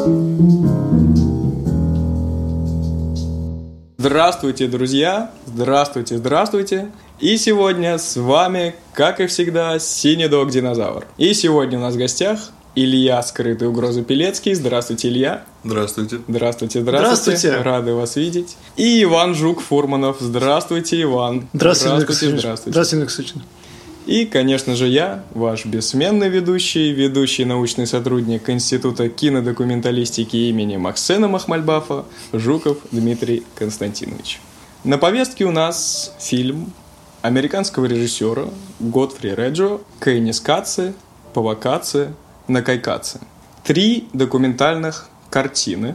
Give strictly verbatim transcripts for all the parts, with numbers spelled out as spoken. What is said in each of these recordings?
Здравствуйте, друзья! Здравствуйте, здравствуйте! И сегодня с вами, как и всегда, Синий Дог Динозавр. И сегодня у нас в гостях Илья Скрытый Угрозы Пилецкий. Здравствуйте, Илья. Здравствуйте. Здравствуйте, здравствуйте. Здравствуйте. Рады вас видеть. И Иван Жук-Фурманов. Здравствуйте, Иван. Здравствуйте, здравствуйте. Здравствуйте, здравствуйте, Александр. И, конечно же, я, ваш бессменный ведущий, ведущий научный сотрудник Института кинодокументалистики имени Максена Махмальбафа, Жуков Дмитрий Константинович. На повестке у нас фильм американского режиссера Годфри Реджо «Кайнискатсе, Павакатсе, Накайкатсе». Три документальных картины,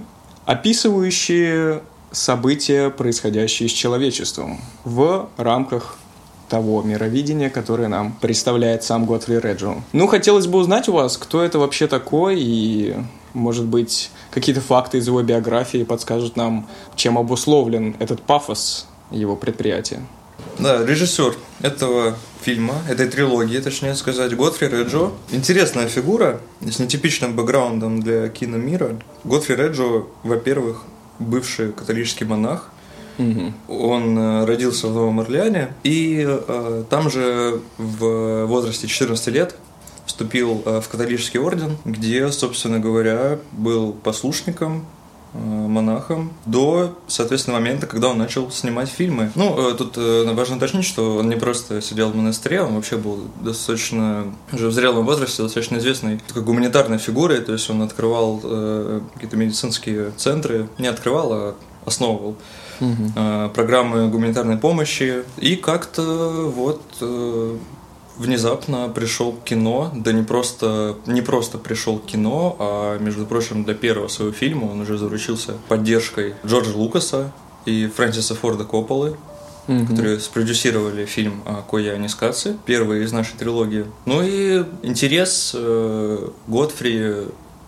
описывающие события, происходящие с человечеством в рамках того мировидения, которое нам представляет сам Годфри Реджо. Ну, хотелось бы узнать у вас, кто это вообще такой, и, может быть, какие-то факты из его биографии подскажут нам, чем обусловлен этот пафос его предприятия. Да, режиссер этого фильма, этой трилогии, точнее сказать, Годфри Реджо. Интересная фигура с нетипичным бэкграундом для киномира. Годфри Реджо, во-первых, бывший католический монах. Mm-hmm. Он родился в Новом Орлеане и э, там же в возрасте четырнадцати лет вступил э, в католический орден, где, собственно говоря, был послушником, э, монахом до, соответственно, момента, когда он начал снимать фильмы. Ну, э, тут э, важно уточнить, что он не просто сидел в монастыре, он вообще был достаточно, уже в зрелом возрасте, достаточно известной такой гуманитарной фигурой, то есть он открывал э, какие-то медицинские центры, не открывал, а основывал. Uh-huh. программы гуманитарной помощи, и как-то вот э, внезапно пришел к кино, да не просто, не просто пришел к кино, а, между прочим, для первого своего фильма он уже заручился поддержкой Джорджа Лукаса и Фрэнсиса Форда Копполы, uh-huh. которые спродюсировали фильм «Кайнискатсе», первый из нашей трилогии. Ну и интерес э, Годфри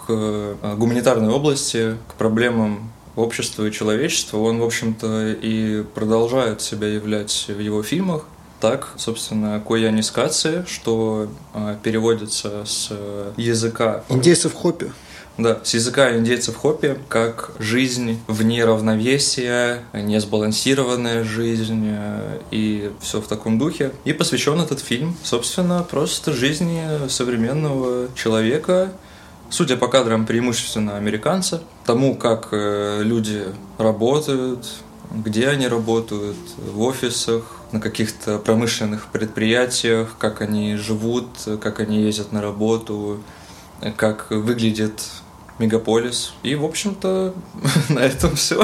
к гуманитарной области, к проблемам общества и человечества, он, в общем-то, и продолжает себя являть в его фильмах. Так, собственно, «Кайнискатсе», что э, переводится с языка... Индейцев Хопи. Да, с языка индейцев Хопи, как жизнь вне равновесия, несбалансированная жизнь и все в таком духе. И посвящен этот фильм, собственно, просто жизни современного человека, судя по кадрам, преимущественно американца, тому, как э, люди работают, где они работают, в офисах, на каких-то промышленных предприятиях, как они живут, как они ездят на работу, как выглядит мегаполис. И, в общем-то, на этом все.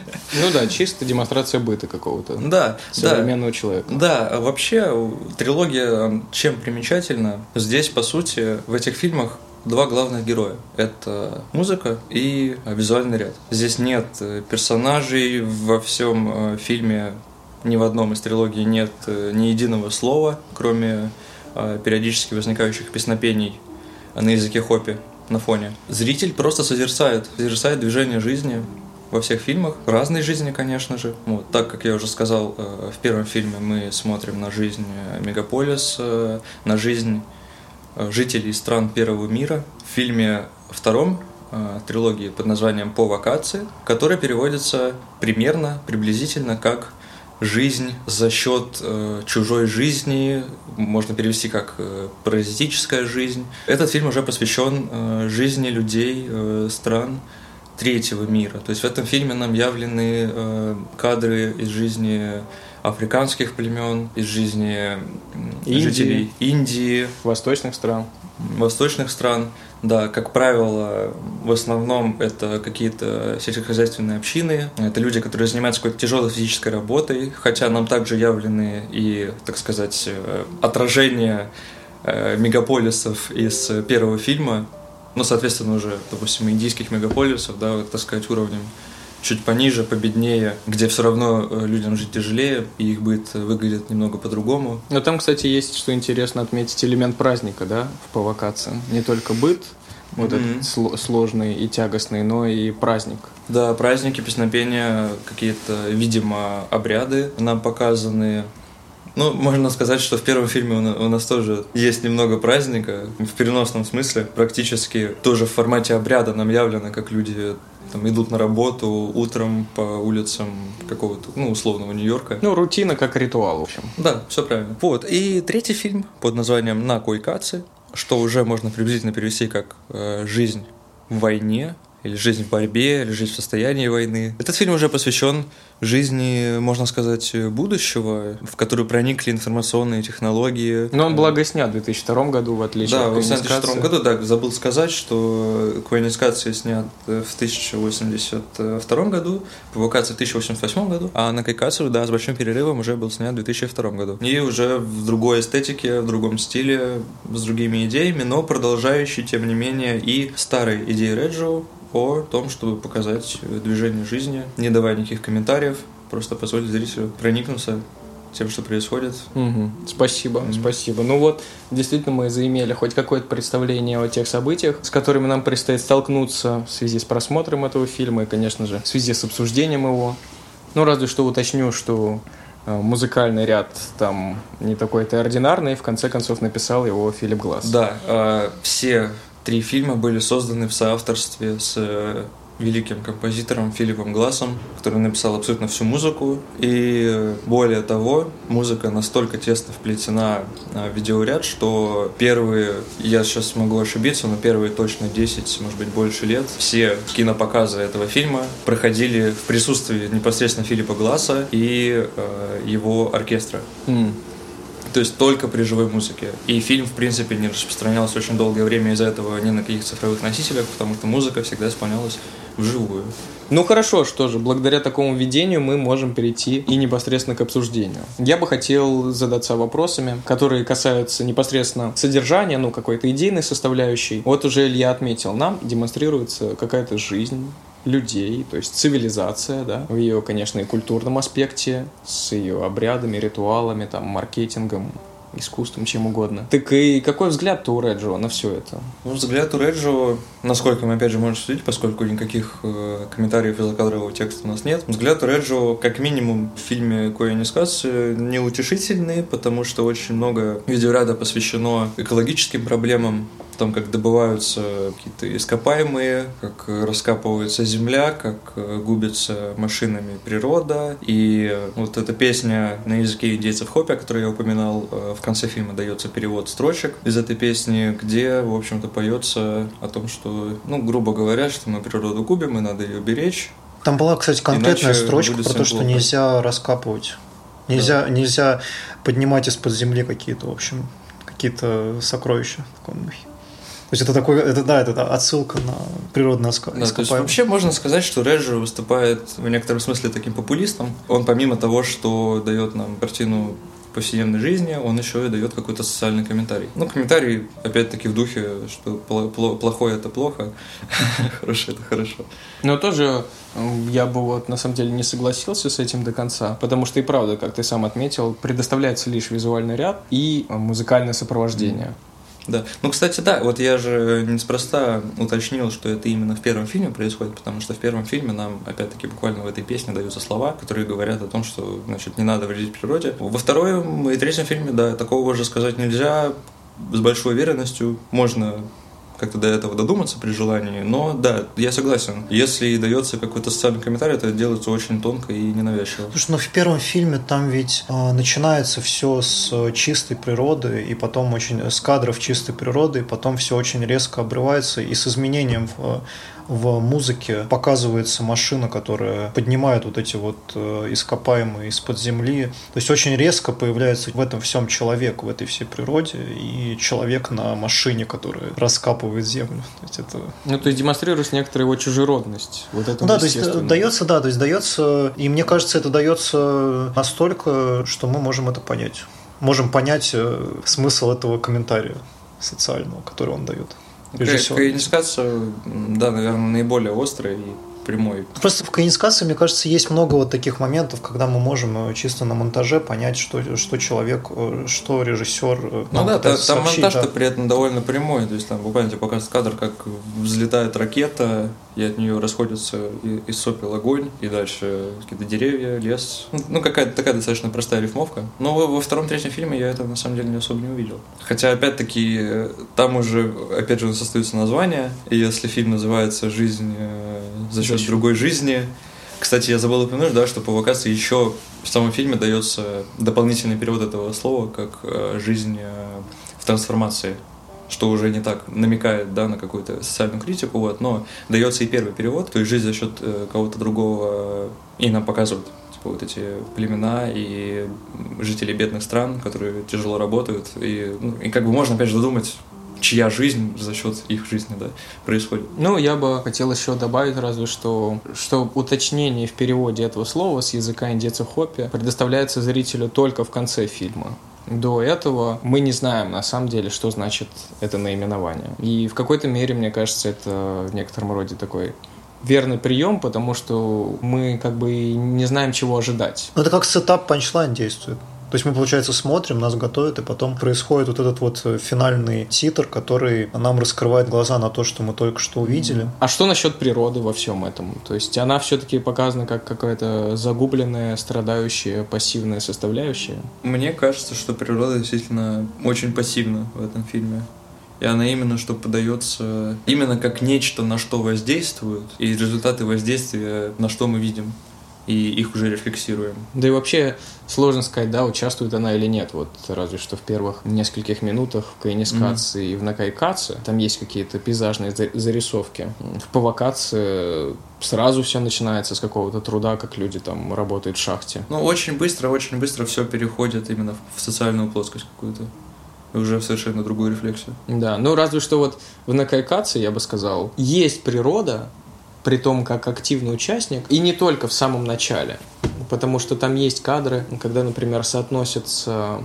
Ну да, чисто демонстрация быта какого-то да, современного да, человека. Да, вообще трилогия чем примечательна? Здесь, по сути, в этих фильмах два главных героя. Это музыка и визуальный ряд. Здесь нет персонажей во всем фильме, ни в одном из трилогий нет ни единого слова, кроме периодически возникающих песнопений на языке Хопи на фоне. Зритель просто созерцает, созерцает движение жизни во всех фильмах, разной жизни, конечно же. Вот, так как я уже сказал, в первом фильме мы смотрим на жизнь мегаполиса, на жизнь жителей стран первого мира. В фильме втором э, трилогии под названием «Павакатсе», который переводится примерно, приблизительно как «жизнь за счет э, чужой жизни», можно перевести как э, «паразитическая жизнь». Этот фильм уже посвящен э, жизни людей э, стран третьего мира. То есть в этом фильме нам явлены э, кадры из жизни африканских племен, из жизни Индии, жителей Индии, восточных стран. Восточных стран, да, как правило, в основном это какие-то сельскохозяйственные общины, это люди, которые занимаются какой-то тяжелой физической работой, хотя нам также явлены и, так сказать, отражения мегаполисов из первого фильма, ну, соответственно, уже, допустим, индийских мегаполисов, да, так сказать, уровнем чуть пониже, победнее, где все равно людям жить тяжелее, и их быт выглядит немного по-другому. Но там, кстати, есть, что интересно отметить, элемент праздника, да, в «Павакатсе». Не только быт, вот mm-hmm. этот сложный и тягостный, но и праздник. Да, праздники, песнопения, какие-то, видимо, обряды нам показаны. Ну, можно сказать, что в первом фильме у нас тоже есть немного праздника, в переносном смысле. Практически тоже в формате обряда нам явлено, как люди там идут на работу утром по улицам какого-то, ну, условного Нью-Йорка. Ну, рутина как ритуал, в общем. Да, все правильно. Вот. И третий фильм под названием «На Койкаце», что уже можно приблизительно перевести как э, «Жизнь в войне», или «Жизнь в борьбе», или «Жизнь в состоянии войны». Этот фильм уже посвящен жизни, можно сказать, будущего, в которую проникли информационные технологии. Но он, благо, снят в две тысячи втором году, в отличие да, от «Коэнискации». Да, он снят в две тысячи втором году, да, забыл сказать, что «Коэнискации» снят в тысяча восемьдесят втором году, «Провокация» в тысяча восемьдесят восьмом году, а «На Койкацу», да, с большим перерывом уже был снят в две тысячи втором году. И уже в другой эстетике, в другом стиле, с другими идеями, но продолжающий, тем не менее, и старые идеи Реджо о том, чтобы показать движение жизни, не давая никаких комментариев, просто позволить зрителю проникнуться тем, что происходит. Угу. Спасибо, mm-hmm. спасибо. Ну вот, действительно, мы заимели хоть какое-то представление о тех событиях, с которыми нам предстоит столкнуться в связи с просмотром этого фильма и, конечно же, в связи с обсуждением его. Ну, разве что уточню, что музыкальный ряд там не такой-то ординарный, в конце концов написал его Филипп Гласс. Да, э, все три фильма были созданы в соавторстве с великим композитором Филиппом Глассом, который написал абсолютно всю музыку. И более того, музыка настолько тесно вплетена в видеоряд, что первые, я сейчас могу ошибиться, но первые точно десять, может быть, больше лет, все кинопоказы этого фильма проходили в присутствии непосредственно Филиппа Гласса и э, его оркестра. Mm. То есть только при живой музыке. И фильм, в принципе, не распространялся очень долгое время из-за этого ни на каких цифровых носителях, потому что музыка всегда исполнялась вживую. Ну хорошо, что же, благодаря такому видению мы можем перейти и непосредственно к обсуждению. Я бы хотел задаться вопросами, которые касаются непосредственно содержания, ну какой-то идейной составляющей. Вот уже Илья отметил, нам демонстрируется какая-то жизнь людей, то есть цивилизация, да, в ее, конечно, и культурном аспекте, с ее обрядами, ритуалами, там, маркетингом, искусством, чем угодно. Так и какой взгляд у Реджо на все это? Ну, взгляд у Реджо, насколько мы, опять же, можем судить, поскольку никаких э, комментариев и закадрового текста у нас нет, взгляд у Реджо, как минимум, в фильме «Коэнискации» неутешительный, потому что очень много видеоряда посвящено экологическим проблемам, о том, как добываются какие-то ископаемые, как раскапывается земля, как губится машинами природа. И вот эта песня на языке индейцев Хопи, о которой я упоминал, в конце фильма дается перевод строчек из этой песни, где, в общем-то, поется о том, что, ну, грубо говоря, что мы природу губим, и надо ее беречь. Там была, кстати, конкретная строчка про то, что нельзя раскапывать. Нельзя, да. нельзя поднимать из-под земли какие-то, в общем, какие-то сокровища в таком духе. То есть это такой, это да, это отсылка на природное ископаемое. Да, то есть вообще можно сказать, что Реджо выступает в некотором смысле таким популистом. Он помимо того, что дает нам картину повседневной жизни, он еще и дает какой-то социальный комментарий. Ну, комментарий, опять-таки, в духе, что плохое – это плохо, хорошее – это хорошо. Но тоже я бы вот на самом деле не согласился с этим до конца, потому что и правда, как ты сам отметил, предоставляется лишь визуальный ряд и музыкальное сопровождение. Да. Ну, кстати, да, вот я же неспроста уточнил, что это именно в первом фильме происходит, потому что в первом фильме нам, опять-таки, буквально в этой песне даются слова, которые говорят о том, что, значит, не надо вредить природе. Во втором и третьем фильме, да, такого уже сказать нельзя, с большой уверенностью можно как-то до этого додуматься при желании, но да, я согласен. Если и дается какой-то социальный комментарий, это делается очень тонко и ненавязчиво. Слушай, ну в первом фильме там ведь э, начинается все с чистой природы, и потом очень с кадров чистой природы, и потом все очень резко обрывается, и с изменением в в музыке показывается машина, которая поднимает вот эти вот ископаемые из-под земли. То есть очень резко появляется в этом всем человек, в этой всей природе, и человек на машине, которая раскапывает землю. То есть это... Ну, то есть демонстрируется некоторая его чужеродность. Вот это ну, да, то есть дается, да, то есть дается, и мне кажется, это дается настолько, что мы можем это понять. Можем понять смысл этого комментария социального, который он дает. Коэнискация, да, наверное, наиболее острая и прямой. Просто в «Коинскации», мне кажется, есть много вот таких моментов, когда мы можем чисто на монтаже понять, что, что человек, что режиссер. Ну да, там, там монтаж-то да. при этом довольно прямой, то есть там буквально тебе показывает кадр, как взлетает ракета, и от нее расходится из сопел огонь, и дальше какие-то деревья, лес. Ну, какая-то такая достаточно простая рифмовка. Но во втором-третьем фильме я этого на самом деле не особо не увидел. Хотя, опять-таки, там уже, опять же, у нас остаются названия, и если фильм называется «Жизнь за счет Зачем? другой жизни». Кстати, я забыл упомянуть, да, что по вокации еще в самом фильме дается дополнительный перевод этого слова как «жизнь в трансформации», что уже не так намекает, да, на какую-то социальную критику, вот, но дается и первый перевод, то есть жизнь за счет кого-то другого, и нам показывают типа вот эти племена и жители бедных стран, которые тяжело работают, и, ну, и как бы можно опять же додумать, чья жизнь за счет их жизни, да, происходит. Ну, я бы хотел еще добавить разве что, что уточнение в переводе этого слова с языка индейцев Хопи предоставляется зрителю только в конце фильма. До этого мы не знаем, на самом деле, что значит это наименование. И в какой-то мере, мне кажется, это в некотором роде такой верный прием, потому что мы как бы не знаем, чего ожидать. Ну, это как сетап-панчлайн действует. То есть мы, получается, смотрим, нас готовят, и потом происходит вот этот вот финальный титр, который нам раскрывает глаза на то, что мы только что увидели. А что насчет природы во всем этом? То есть она все-таки показана как какая-то загубленная, страдающая, пассивная составляющая? Мне кажется, что природа действительно очень пассивна в этом фильме. И она именно что подается именно как нечто, на что воздействуют, и результаты воздействия, на что мы видим. И их уже рефлексируем. Да и вообще сложно сказать, да, участвует она или нет. Вот разве что в первых нескольких минутах в Коинскации mm-hmm. и в Накайкаце там есть какие-то пейзажные зарисовки. В Павакаце сразу все начинается с какого-то труда, как люди там работают в шахте. Ну, очень быстро, очень быстро все переходит именно в социальную плоскость какую-то. Уже в совершенно другую рефлексию. Да, ну разве что вот в Накайкаце, я бы сказал, есть природа, при том, как активный участник, и не только в самом начале, потому что там есть кадры, когда, например, соотносятся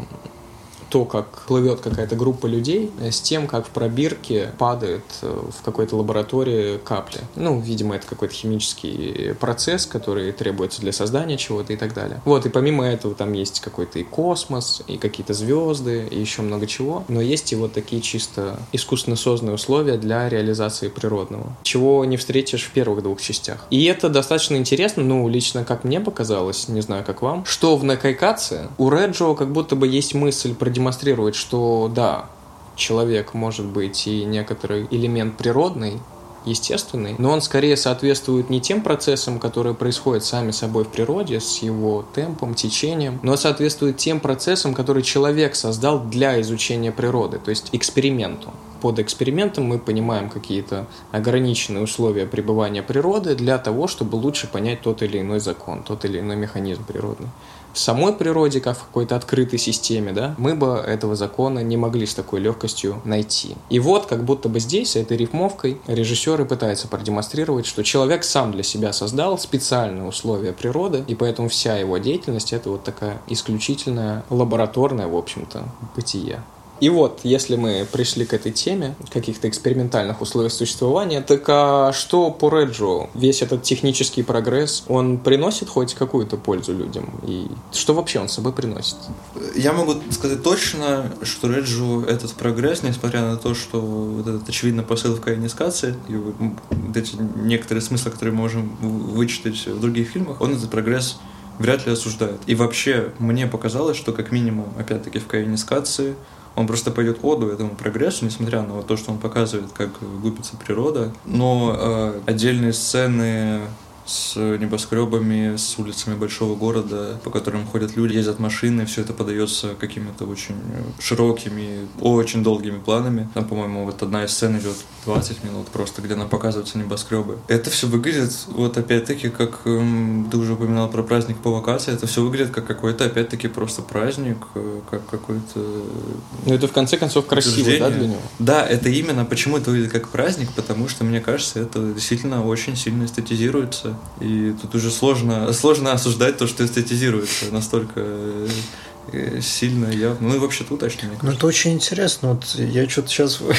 то, как плывет какая-то группа людей, с тем, как в пробирке падает в какой-то лаборатории капли. Ну, видимо, это какой-то химический процесс, который требуется для создания чего-то и так далее. Вот, и помимо этого там есть какой-то и космос, и какие-то звезды, и еще много чего. Но есть и вот такие чисто искусственно созданные условия для реализации природного, чего не встретишь в первых двух частях. И это достаточно интересно, ну, лично как мне показалось, не знаю, как вам, что в Накайкаце у Реджо как будто бы есть мысль продемонстрировать демонстрирует, что да, человек может быть и некоторый элемент природный, естественный, но он скорее соответствует не тем процессам, которые происходят сами собой в природе, с его темпом, течением, но соответствует тем процессам, которые человек создал для изучения природы, то есть эксперименту. Под экспериментом мы понимаем какие-то ограниченные условия пребывания природы для того, чтобы лучше понять тот или иной закон, тот или иной механизм природный. В самой природе, как в какой-то открытой системе, да, мы бы этого закона не могли с такой легкостью найти. И вот, как будто бы здесь, этой рифмовкой, режиссер и пытается продемонстрировать, что человек сам для себя создал специальные условия природы, и поэтому вся его деятельность — это вот такая исключительная лабораторная, в общем-то, бытие. И вот, если мы пришли к этой теме каких-то экспериментальных условий существования, так а что по Реджо? Весь этот технический прогресс, он приносит хоть какую-то пользу людям? И что вообще он с собой приносит? Я могу сказать точно, что Реджо этот прогресс, несмотря на то, что вот этот очевидно посыл в Коинскации и вот эти некоторые смыслы, которые мы можем вычитать в других фильмах, он этот прогресс вряд ли осуждает. И вообще, мне показалось, что как минимум, опять-таки, в Коинскации он просто пойдет оду этому прогрессу, несмотря на вот то, что он показывает, как губится природа. Но э, отдельные сцены с небоскребами, с улицами большого города, по которым ходят люди, ездят машины, все это подается какими-то очень широкими, очень долгими планами. Там, по-моему, вот одна из сцен идет двадцать минут просто, где нам показываются небоскребы. Это все выглядит, вот опять-таки, как эм, ты уже упоминал про праздник по вакации, это все выглядит как какой-то, опять-таки, просто праздник, как какой-то... Ну, это в конце концов красиво, да, для него? Да, это именно, почему это выглядит как праздник, потому что, мне кажется, это действительно очень сильно эстетизируется. И тут уже сложно, сложно осуждать то, что эстетизируется настолько сильно, явно. Ну и вообще тут точно, мне кажется. Ну это очень интересно. Вот я что-то сейчас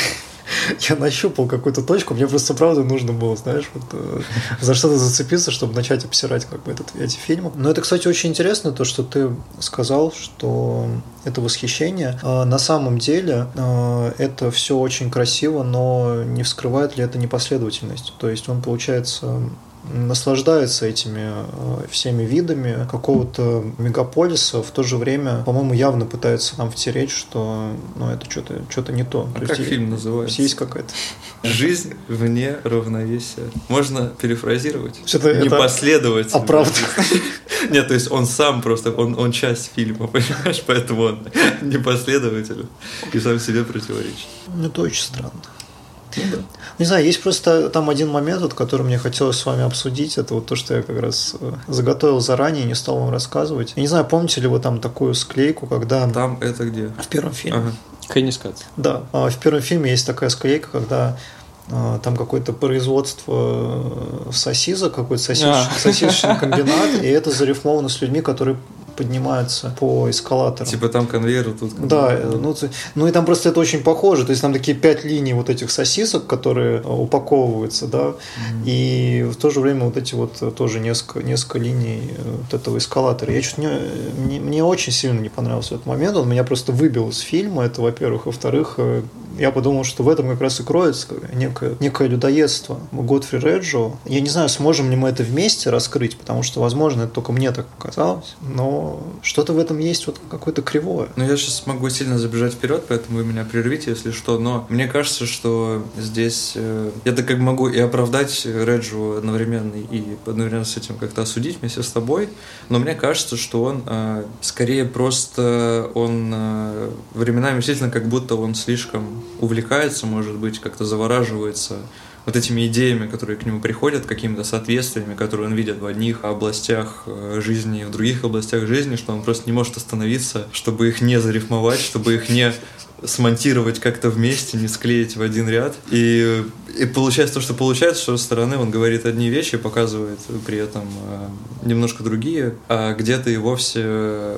я нащупал какую-то точку, мне просто правда нужно было, знаешь, вот, э, за что-то зацепиться, чтобы начать обсирать как бы этот, эти фильмы. Но это, кстати, очень интересно, то, что ты сказал, что это восхищение. Э, на самом деле э, это все очень красиво, но не вскрывает ли это непоследовательность? То есть он, получается, наслаждается этими э, всеми видами какого-то мегаполиса, в то же время, по-моему, явно пытается нам втереть, что ну, это что-то, что-то не то. А то как есть, фильм называется? Есть какая-то. Жизнь вне равновесия. Можно перефразировать? Что-то непоследовательно. А правда? Нет, то есть он сам просто, он, он часть фильма, понимаешь? Поэтому он непоследователен и сам себе противоречит. Ну, это очень странно. Ну, да. Не знаю, есть просто там один момент, вот, который мне хотелось с вами обсудить. Это вот то, что я как раз заготовил заранее, не стал вам рассказывать. Я не знаю, помните ли вы там такую склейку, когда... Там это где? В первом фильме. Ага. Кейнискац. Да, в первом фильме есть такая склейка, когда там какое-то производство сосисок, какой-то сосис... а. сосисочный комбинат, и это зарифмовано с людьми, которые поднимаются по эскалатору. Типа там конвейер, тут конвейер. Да, ну, ну и там просто это очень похоже. То есть там такие пять линий вот этих сосисок, которые упаковываются, да, mm-hmm. и в то же время вот эти вот тоже несколько, несколько линий вот этого эскалатора. Я чуть не, не, мне очень сильно не понравился этот момент, он меня просто выбил из фильма, это во-первых. Во-вторых, я подумал, что в этом как раз и кроется некое, некое людоедство Годфри Реджо. Я не знаю, сможем ли мы это вместе раскрыть, потому что, возможно, это только мне так показалось, но что-то в этом есть вот какое-то кривое. Ну, я сейчас могу сильно забежать вперед, поэтому вы меня прервите, если что, но мне кажется, что здесь э, я так как могу и оправдать Реджо одновременно, и одновременно с этим как-то осудить вместе с тобой, но мне кажется, что он э, скорее просто, он э, временами действительно как будто он слишком увлекается, может быть, как-то завораживается вот этими идеями, которые к нему приходят, какими-то соответствиями, которые он видит в одних областях жизни и в других областях жизни, что он просто не может остановиться, чтобы их не зарифмовать, чтобы их не смонтировать как-то вместе, не склеить в один ряд. И, и получается то, что получается, что со стороны он говорит одни вещи, показывает при этом немножко другие, а где-то и вовсе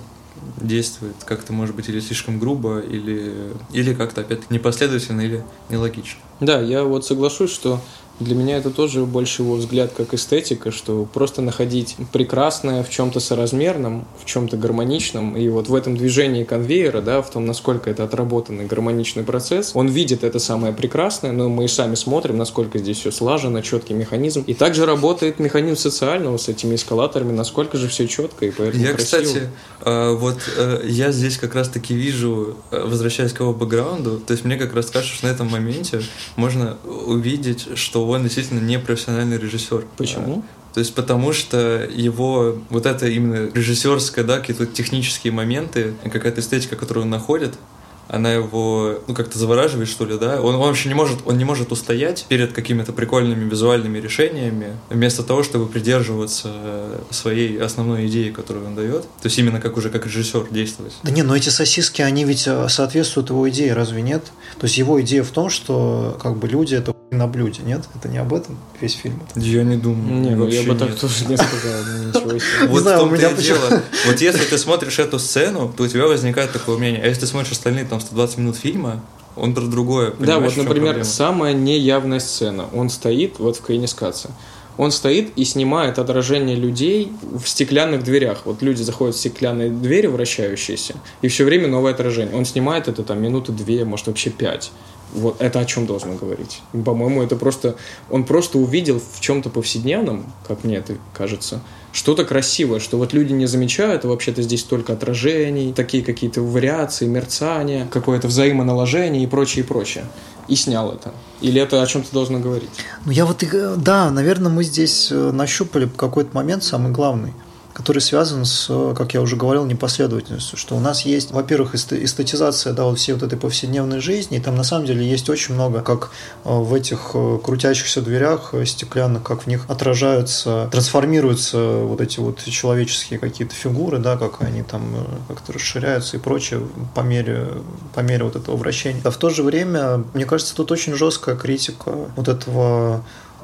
действует как-то, может быть, или слишком грубо, или, или как-то, опять непоследовательно, или нелогично. Да, я вот соглашусь, что для меня это тоже больше его взгляд как эстетика, что просто находить прекрасное в чем-то соразмерном, в чем-то гармоничном, и вот в этом движении конвейера, да, в том, насколько это отработанный гармоничный процесс, он видит это самое прекрасное, но мы и сами смотрим, насколько здесь все слажено, четкий механизм. И также работает механизм социального с этими эскалаторами, насколько же все четко и поэтому я, красиво. Кстати, вот я здесь как раз-таки вижу, возвращаясь к его бэкграунду, то есть мне как раз кажется, что на этом моменте можно увидеть, что он действительно не профессиональный режиссер. Почему? То есть потому что его вот это именно режиссерское, да, какие-то технические моменты, какая-то эстетика, которую он находит, она его, ну, как-то завораживает, что ли, да? Он, он вообще не может, он не может устоять перед какими-то прикольными визуальными решениями, вместо того, чтобы придерживаться своей основной идеи, которую он дает. То есть именно как уже как режиссер действовать. Да не, но эти сосиски, они ведь соответствуют его идее, разве нет? То есть его идея в том, что как бы люди — это на блюде, нет? Это не об этом весь фильм? Я не думаю. Не, ну я бы так тоже не сказал, ничего себе. Вот в том-то и дело. Вот если ты смотришь эту сцену, то у тебя возникает такое мнение. А если ты смотришь остальные там сто двадцать минут фильма, он про другое. Да, вот, например, самая неявная сцена. Он стоит вот в Кейнискаце. Он стоит и снимает отражение людей в стеклянных дверях. Вот люди заходят в стеклянные двери вращающиеся, и все время новое отражение. Он снимает это там минуты две, может вообще пять. Вот это о чем должно говорить? По-моему, это просто... Он просто увидел в чем-то повседневном, как мне это кажется, что-то красивое, что вот люди не замечают, а вообще-то здесь только отражений, такие какие-то вариации, мерцания, какое-то взаимоналожение и прочее, и прочее. И снял это. Или это о чем-то должно говорить? Ну, я вот... Да, наверное, мы здесь нащупали какой-то момент самый главный, который связан с, как я уже говорил, непоследовательностью, что у нас есть, во-первых, эстетизация, да, вот всей вот этой повседневной жизни, и там на самом деле есть очень много, как в этих крутящихся дверях стеклянных, как в них отражаются, трансформируются вот эти вот человеческие какие-то фигуры, да, как они там как-то расширяются и прочее по мере, по мере вот этого вращения. А в то же время, мне кажется, тут очень жесткая критика вот этого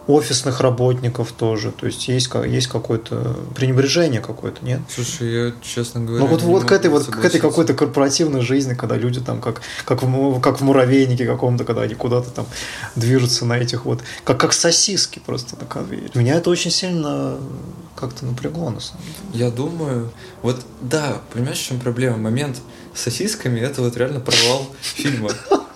офисных работников тоже. То есть есть, есть какое-то пренебрежение какое-то, нет? Слушай, я, честно говоря, ну вот, вот к этой вот к этой какой-то корпоративной жизни, когда люди там как, как, в, как в муравейнике каком-то, когда они куда-то там движутся на этих вот, как, как сосиски просто на конвейере. Меня это очень сильно как-то напрягло, на самом деле. Я думаю, вот да, понимаешь, в чем проблема? Момент с сосисками — это вот реально провал фильма.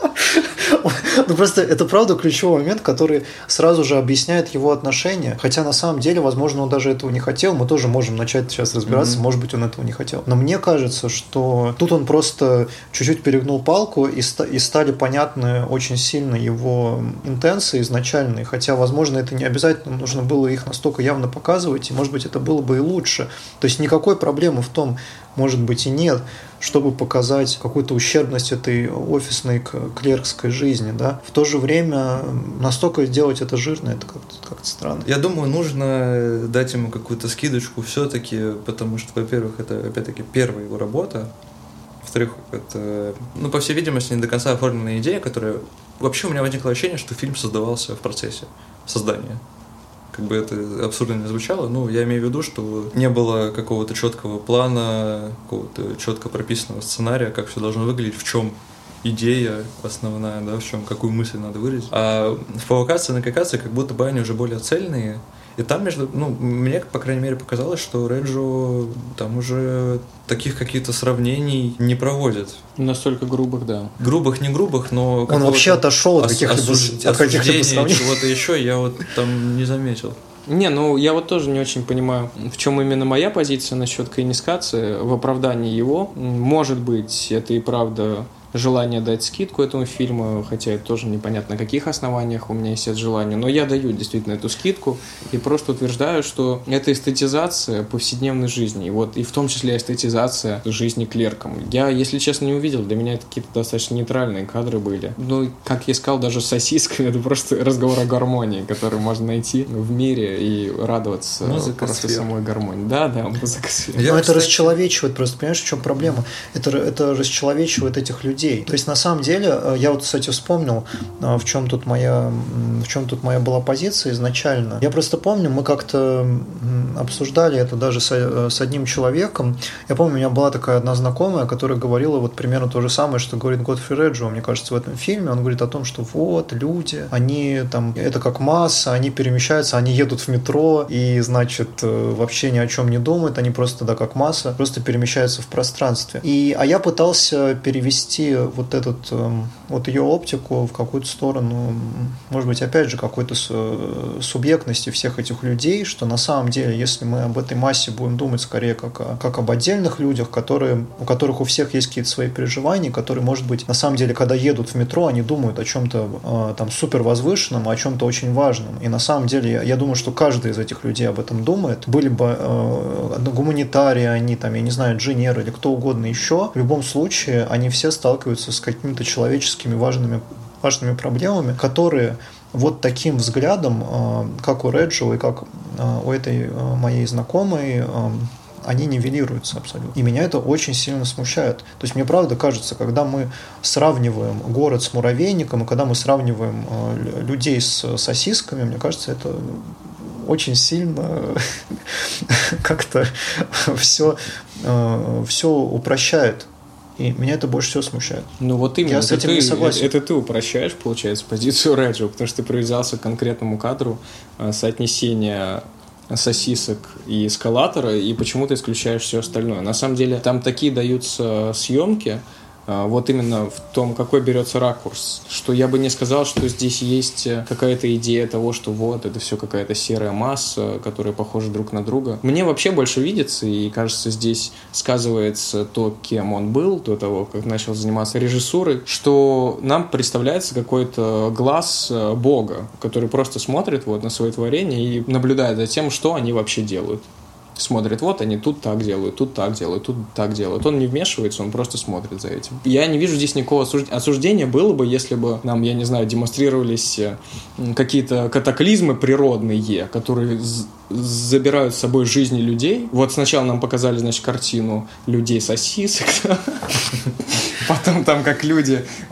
Ну просто это правда ключевой момент, который сразу же объясняет его отношение. Хотя на самом деле, возможно, он даже этого не хотел. Мы тоже можем начать сейчас разбираться, mm-hmm. может быть, он этого не хотел. Но мне кажется, что тут он просто чуть-чуть перегнул палку, и, ста- и стали понятны очень сильно его интенции изначальные. Хотя, возможно, это не обязательно нужно было их настолько явно показывать, и, может быть, это было бы и лучше. То есть никакой проблемы в том, может быть, и нет, чтобы показать какую-то ущербность этой офисной клеркской жизни, да. В то же время настолько сделать это жирно, это как-то, как-то странно. Я думаю, нужно дать ему какую-то скидочку все-таки, потому что, во-первых, это, опять-таки, первая его работа, во-вторых, это, ну, по всей видимости, не до конца оформленная идея, которая... Вообще у меня возникло ощущение, что фильм создавался в процессе создания. Как бы это абсурдно не звучало, но я имею в виду, что не было какого-то четкого плана, какого-то четко прописанного сценария, как все должно выглядеть, в чем идея основная, да, в чем, какую мысль надо выразить. А в провокации и накакации как будто бы они уже более цельные. И там между, ну, мне, по крайней мере, показалось, что Реджо там уже таких каких-то сравнений не проводит. Настолько грубых, да. Грубых, не грубых, но... Он вообще отошел от каких-либо осуж... от каких-либо сравнений, чего-то еще я вот там не заметил. Не, ну я вот тоже не очень понимаю, в чем именно моя позиция насчет каинискации, в оправдании его. Может быть, это и правда... желание дать скидку этому фильму, хотя это тоже непонятно, на каких основаниях у меня есть это желание, но я даю действительно эту скидку и просто утверждаю, что это эстетизация повседневной жизни, и вот и в том числе эстетизация жизни клерком. Я, если честно, не увидел, для меня это какие-то достаточно нейтральные кадры были. Ну, как я сказал, даже с сосисками, это просто разговор о гармонии, который можно найти в мире и радоваться музыка просто сфер. Самой гармонии. Да, да, музыка сфер. Но это расчеловечивает просто, понимаешь, в чем проблема? Это, это расчеловечивает этих людей. То есть, на самом деле, я вот, кстати, вспомнил, в чем тут моя, в чем тут моя была позиция изначально. Я просто помню, мы как-то обсуждали это даже с, с одним человеком. Я помню, у меня была такая одна знакомая, которая говорила вот примерно то же самое, что говорит Годфри Реджо, мне кажется, в этом фильме. Он говорит о том, что вот, люди, они там, это как масса, они перемещаются, они едут в метро и, значит, вообще ни о чем не думают, они просто, да, как масса, просто перемещаются в пространстве. И, а я пытался перевести вот этот, вот ее оптику в какую-то сторону, может быть, опять же, какой-то субъектности всех этих людей, что на самом деле, если мы об этой массе будем думать скорее как, о, как об отдельных людях, которые, у которых у всех есть какие-то свои переживания, которые, может быть, на самом деле, когда едут в метро, они думают о чем-то там супер возвышенном, о чем-то очень важном. И на самом деле, я, я думаю, что каждый из этих людей об этом думает. Были бы э, гуманитарии, они там, я не знаю, инженеры или кто угодно еще, в любом случае, они все сталкиваются с какими-то человеческими важными, важными проблемами, которые вот таким взглядом, как у Реджо и как у этой моей знакомой, они нивелируются абсолютно. И меня это очень сильно смущает. То есть мне правда кажется, когда мы сравниваем город с муравейником, и когда мы сравниваем людей с сосисками, мне кажется, это очень сильно как-то все, все упрощает. И меня это больше всего смущает. Ну вот именно, я с этим ты, не согласен. Это ты упрощаешь, получается, позицию Реджо, потому что ты привязался к конкретному кадру соотнесения сосисок и эскалатора, и почему-то исключаешь все остальное. На самом деле там такие даются съемки, вот именно в том, какой берется ракурс, что я бы не сказал, что здесь есть какая-то идея того, что вот, это все какая-то серая масса, которая похожа друг на друга. Мне вообще больше видится, и кажется, здесь сказывается то, кем он был, до того, как начал заниматься режиссурой, что нам представляется какой-то глаз Бога, который просто смотрит вот на свое творение и наблюдает за тем, что они вообще делают. Смотрит, вот они тут так делают, тут так делают, тут так делают. Он не вмешивается, он просто смотрит за этим. Я не вижу здесь никакого осуждения. Было бы, если бы нам, я не знаю, демонстрировались какие-то катаклизмы природные, которые забирают с собой жизни людей. Вот сначала нам показали, значит, картину людей-сосисок, потом там как люди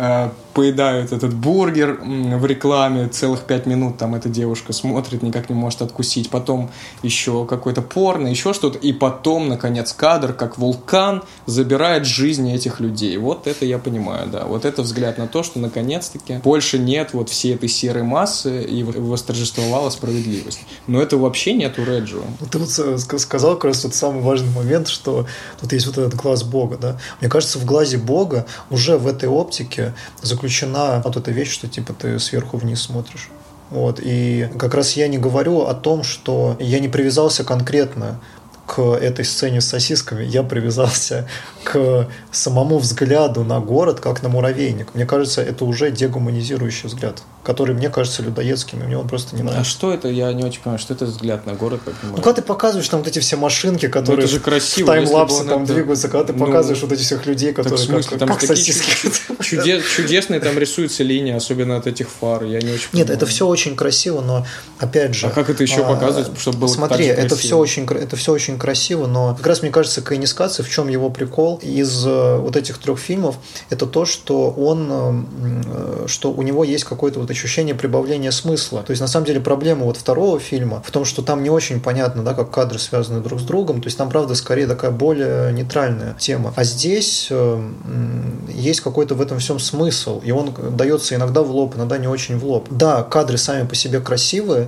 поедают этот бургер в рекламе, целых пять минут там эта девушка смотрит, никак не может откусить, потом еще какой-то порно, еще что-то, и потом, наконец, кадр, как вулкан забирает жизни этих людей. Вот это я понимаю, да, вот это взгляд на то, что наконец-таки больше нет вот всей этой серой массы и восторжествовала справедливость. Но этого вообще нет у Реджио. Ты вот сказал как раз тот самый важный момент, что тут есть вот этот глаз Бога, да. Мне кажется, в глазе Бога уже в этой оптике заключена вот эта вещь, что типа ты сверху вниз смотришь. Вот. И как раз я не говорю о том, что я не привязался конкретно к этой сцене с сосисками, я привязался к самому взгляду на город, как на муравейник. Мне кажется, это уже дегуманизирующий взгляд, который мне кажется людоедским, и мне он просто не нравится. А что это? Я не очень понимаю, что это взгляд на город, как на Ну, когда ты показываешь там вот эти все машинки, которые ну, красиво, в таймлапсе там это... двигаются, когда ты ну, показываешь вот этих всех людей, которые в смысле, как, там как такие сосиски. Чудес, чудесные там рисуются линии, особенно от этих фар, я не очень понимаю. Нет, это все очень красиво, но опять же... А как это еще показывать, чтобы было Смотри, так же это все, очень, это все очень красиво, но как раз мне кажется, Коэнискадзе, в чем его прикол из вот этих трех фильмов, это то, что он, что у него есть какое-то вот ощущение прибавления смысла. То есть, на самом деле, проблема вот второго фильма в том, что там не очень понятно, да, как кадры связаны друг с другом, то есть, там, правда, скорее такая более нейтральная тема. А здесь есть какой-то в этом всем смысл, и он дается иногда в лоб, иногда не очень в лоб. Да, кадры сами по себе красивые,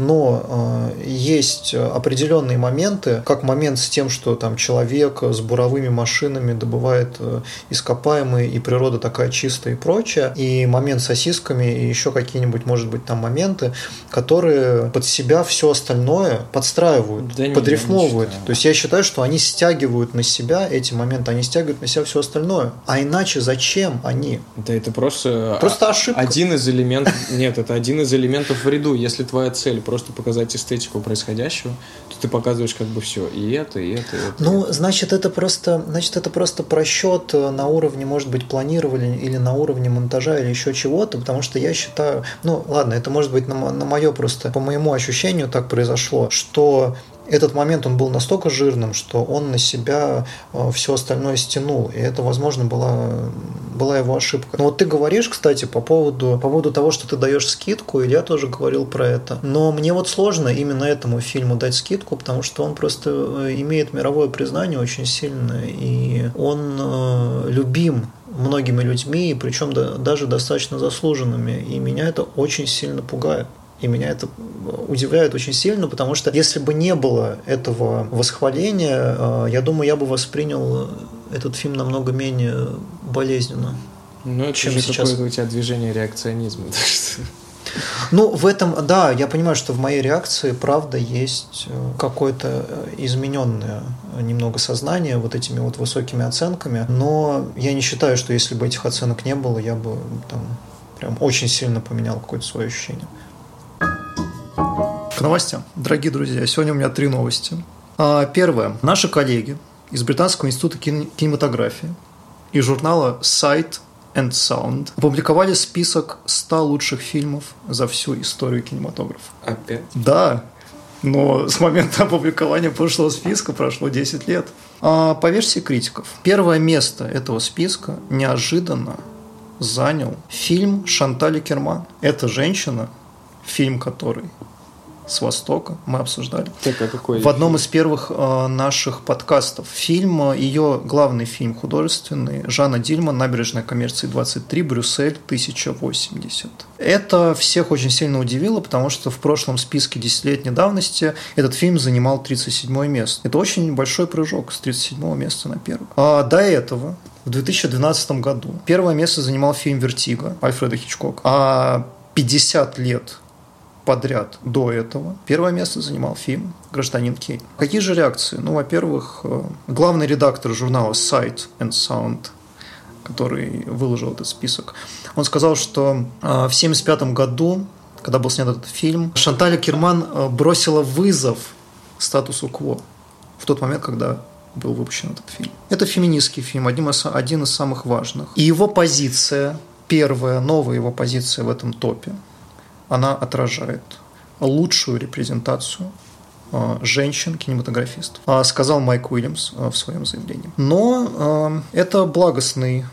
но есть определенные моменты, как момент с тем, что там человек с буровыми машинами добывает ископаемые, и природа такая чистая и прочее, и момент с сосисками, и еще какие-нибудь, может быть, там моменты, которые под себя все остальное подстраивают, да подрифмовывают. Не, не То есть я считаю, что они стягивают на себя эти моменты, они стягивают на себя все остальное. А иначе зачем они? Да это просто, просто ошибка. Один из элементов, нет, это один из элементов в ряду. Если твоя цель просто показать эстетику происходящего, то ты показываешь как бы все, и это, и это, и это. Ну, значит, это просто, значит, это просто просчет на уровне, может быть, планирования или на уровне монтажа или еще чего-то, потому что я считаю, ну, ладно, это может быть на, на мое просто, по моему ощущению так произошло, что этот момент, он был настолько жирным, что он на себя все остальное стянул, и это, возможно, была, была его ошибка. Но вот ты говоришь, кстати, по поводу, по поводу того, что ты даешь скидку, и я тоже говорил про это. Но мне вот сложно именно этому фильму дать скидку, потому что он просто имеет мировое признание очень сильное, и он любим многими людьми, причем даже достаточно заслуженными, и меня это очень сильно пугает. И меня это удивляет очень сильно, потому что если бы не было этого восхваления, я думаю, я бы воспринял этот фильм намного менее болезненно. Ну, это чем же сейчас. Какое-то у тебя движение реакционизма. Ну, в этом, да, я понимаю, что в моей реакции, правда, есть какое-то измененное немного сознание вот этими вот высокими оценками, но я не считаю, что если бы этих оценок не было, я бы там прям очень сильно поменял какое-то свое ощущение. К новостям. Дорогие друзья, сегодня у меня три новости. Первое. Наши коллеги из Британского института кинематографии и журнала Sight and Sound опубликовали список ста лучших фильмов за всю историю кинематографа. Опять? Да, но с момента опубликования прошлого списка прошло десять лет. А по версии критиков, первое место этого списка неожиданно занял фильм Шанталь Акерман. Эта женщина, фильм который с Востока мы обсуждали так, а какой в одном из первых э, наших подкастов. Фильм, ее главный фильм художественный, Жанна Дильман, «Набережная коммерции двадцать три, Брюссель, тысяча восемьдесят». Это всех очень сильно удивило, потому что в прошлом списке десятилетней давности этот фильм занимал тридцать седьмое место. Это очень большой прыжок с тридцать седьмого места на первое. А до этого, в две тысячи двенадцатом году, первое место занимал фильм «Вертиго» Альфреда Хичкока. А пятьдесят лет подряд до этого первое место занимал фильм «Гражданин Кейн». Какие же реакции? Ну, во-первых, главный редактор журнала Sight and Sound, который выложил этот список, он сказал, что в семьдесят пятом году, когда был снят этот фильм, Шанталь Акерман бросила вызов статусу кво в тот момент, когда был выпущен этот фильм. Это феминистский фильм, один из, один из самых важных. И его позиция, первая, новая его позиция в этом топе, она отражает лучшую репрезентацию э, женщин-кинематографистов, э, сказал Майк Уильямс э, в своем заявлении. Но э, это благостный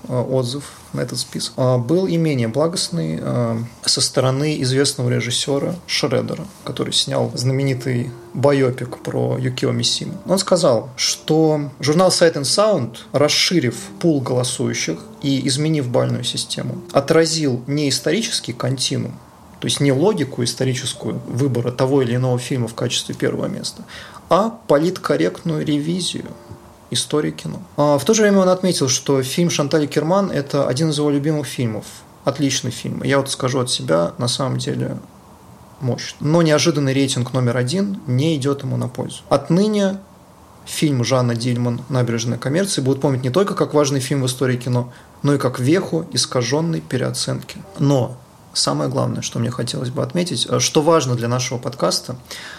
отзыв на этот список, был и менее благостный со стороны известного режиссера Шредера, который снял знаменитый байопик про Юкио Мисиму. Он сказал, что журнал Sight and Sound, расширив пул голосующих и изменив бальную систему, отразил не исторический континуум, то есть не логику историческую выбора того или иного фильма в качестве первого места, а политкорректную ревизию истории кино. В то же время он отметил, что фильм Шанталь Керман – это один из его любимых фильмов. Отличный фильм. Я вот скажу от себя, на самом деле мощный. Но неожиданный рейтинг номер один не идет ему на пользу. Отныне фильм Жанна Дильман «Набережная коммерции» будут помнить не только как важный фильм в истории кино, но и как веху искаженной переоценки. Но самое главное, что мне хотелось бы отметить, что важно для нашего подкаста,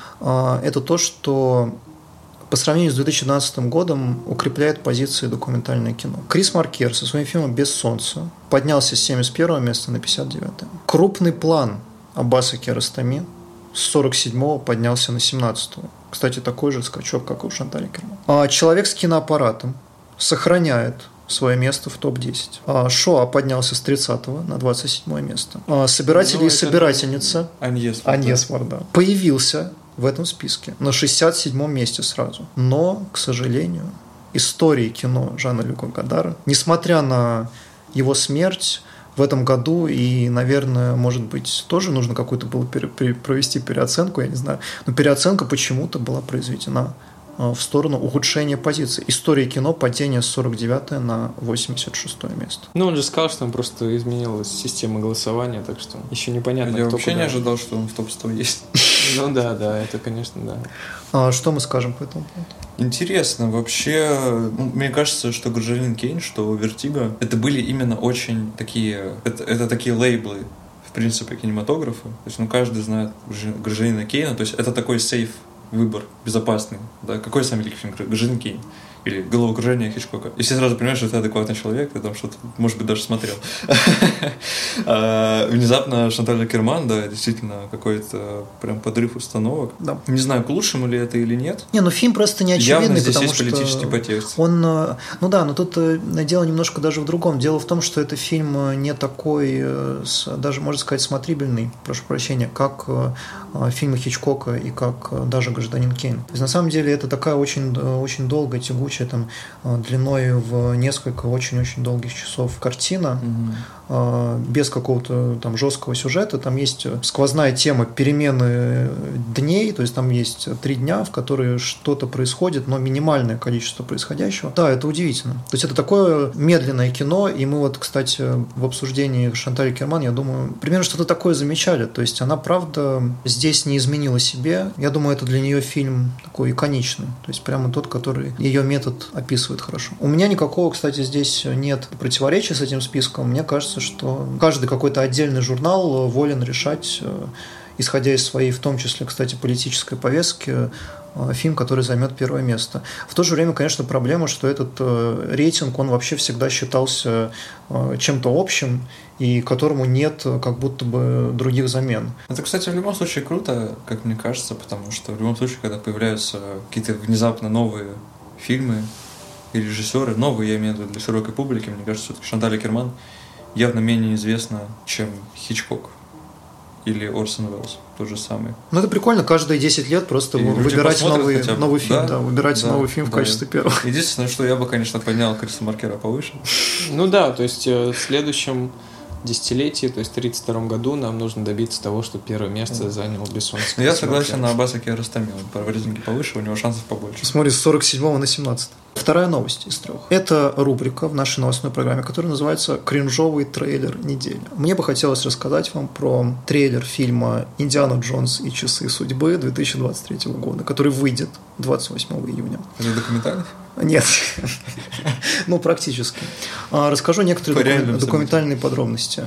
это то, что по сравнению с две тысячи двенадцатым годом укрепляет позиции документальное кино. Крис Маркер со своим фильмом «Без солнца» поднялся с семьдесят первого места на пятьдесят девятое. Крупный план Аббаса Киаростами с сорок седьмого поднялся на семнадцатое. Кстати, такой же скачок, как и у Шанталя Керман. А «Человек с киноаппаратом» сохраняет свое место в топ десять. А Шоа поднялся с тридцатого на двадцать седьмое место. А «Собиратели ну, и собирательница» Аньес Варда появился в этом списке на шестьдесят седьмом месте сразу. Но, к сожалению, истории кино Жана-Люка Годара, несмотря на его смерть в этом году, и, наверное, может быть, тоже нужно какую-то было пере- пере- провести переоценку, я не знаю, но переоценка почему-то была произведена в сторону ухудшения позиций. История кино падение с сорок девятого на восемьдесят шестое место. Ну, он же сказал, что там просто изменилась система голосования, так что еще непонятно, Я кто вообще куда. не ожидал, что он в топ сто есть. Ну да, да, это, конечно, да. А что мы скажем по этому поводу? Интересно, вообще, ну, мне кажется, что Гражданин Кейн, что Вертиго, это были именно очень такие, это, это такие лейблы, в принципе, кинематографа. То есть, ну, каждый знает Гражданина Кейна, то есть это такой сейф выбор, безопасный. Да? Какой самый великий фильм? Гражданин Кейн. Или «Головокружение» Хичкока. И все сразу понимаешь, что ты адекватный человек, ты там что-то, может быть, даже смотрел. Внезапно Шанталь Керман, да, действительно, какой-то прям подрыв установок. Не знаю, к лучшему ли это или нет. Не, ну фильм просто не очевидный, явно здесь потому есть что политический подтекст. Он, ну да, но тут дело немножко даже в другом. Дело в том, что это фильм не такой, даже, можно сказать, смотрибельный, прошу прощения, как фильмы Хичкока и как даже «Гражданин Кейн». То есть, на самом деле, это такая очень, очень долгая, тягучая, там, длиной в несколько очень-очень долгих часов картина, угу. без какого-то там жесткого сюжета. Там есть сквозная тема перемены дней, то есть там есть три дня, в которые что-то происходит, но минимальное количество происходящего. Да, это удивительно. То есть это такое медленное кино, и мы вот, кстати, в обсуждении Шанталь Керман, я думаю, примерно что-то такое замечали. То есть она, правда, здесь не изменила себе. Я думаю, это для нее фильм такой иконичный. То есть прямо тот, который ее метод описывает хорошо. У меня никакого, кстати, здесь нет противоречия с этим списком. Мне кажется, что каждый какой-то отдельный журнал волен решать, исходя из своей, в том числе, кстати, политической повестки, фильм, который займет первое место. В то же время, конечно, проблема, что этот рейтинг, он вообще всегда считался чем-то общим, и которому нет как будто бы других замен. Это, кстати, в любом случае круто, как мне кажется, потому что в любом случае, когда появляются какие-то внезапно новые фильмы и режиссеры, новые, я имею в виду, для широкой публики, мне кажется, все-таки Шанталь Керман явно менее известна, чем Хичкок или Орсон Уэллс, тот же самый. Ну, это прикольно, каждые десять лет просто и выбирать новый, новый фильм, да, да, выбирать да, новый фильм да. в качестве первого. Единственное, что я бы, конечно, поднял Криса Маркера повыше. Ну да, то есть в следующем десятилетии, то есть в тридцать втором году нам нужно добиться того, что первое место занял Бессонский. Я согласен на Аббаса Киаростами, он по рейтинге повыше, у него шансов побольше. Смотри, с сорок седьмого на семнадцатое. Вторая новость из трех. Это рубрика в нашей новостной программе, которая называется «Кринжовый трейлер недели». Мне бы хотелось рассказать вам про трейлер фильма «Индиана Джонс и часы судьбы» две тысячи двадцать третьего года, который выйдет двадцать восьмого июня. Это документальный? Нет. Ну, практически. Расскажу некоторые документальные подробности.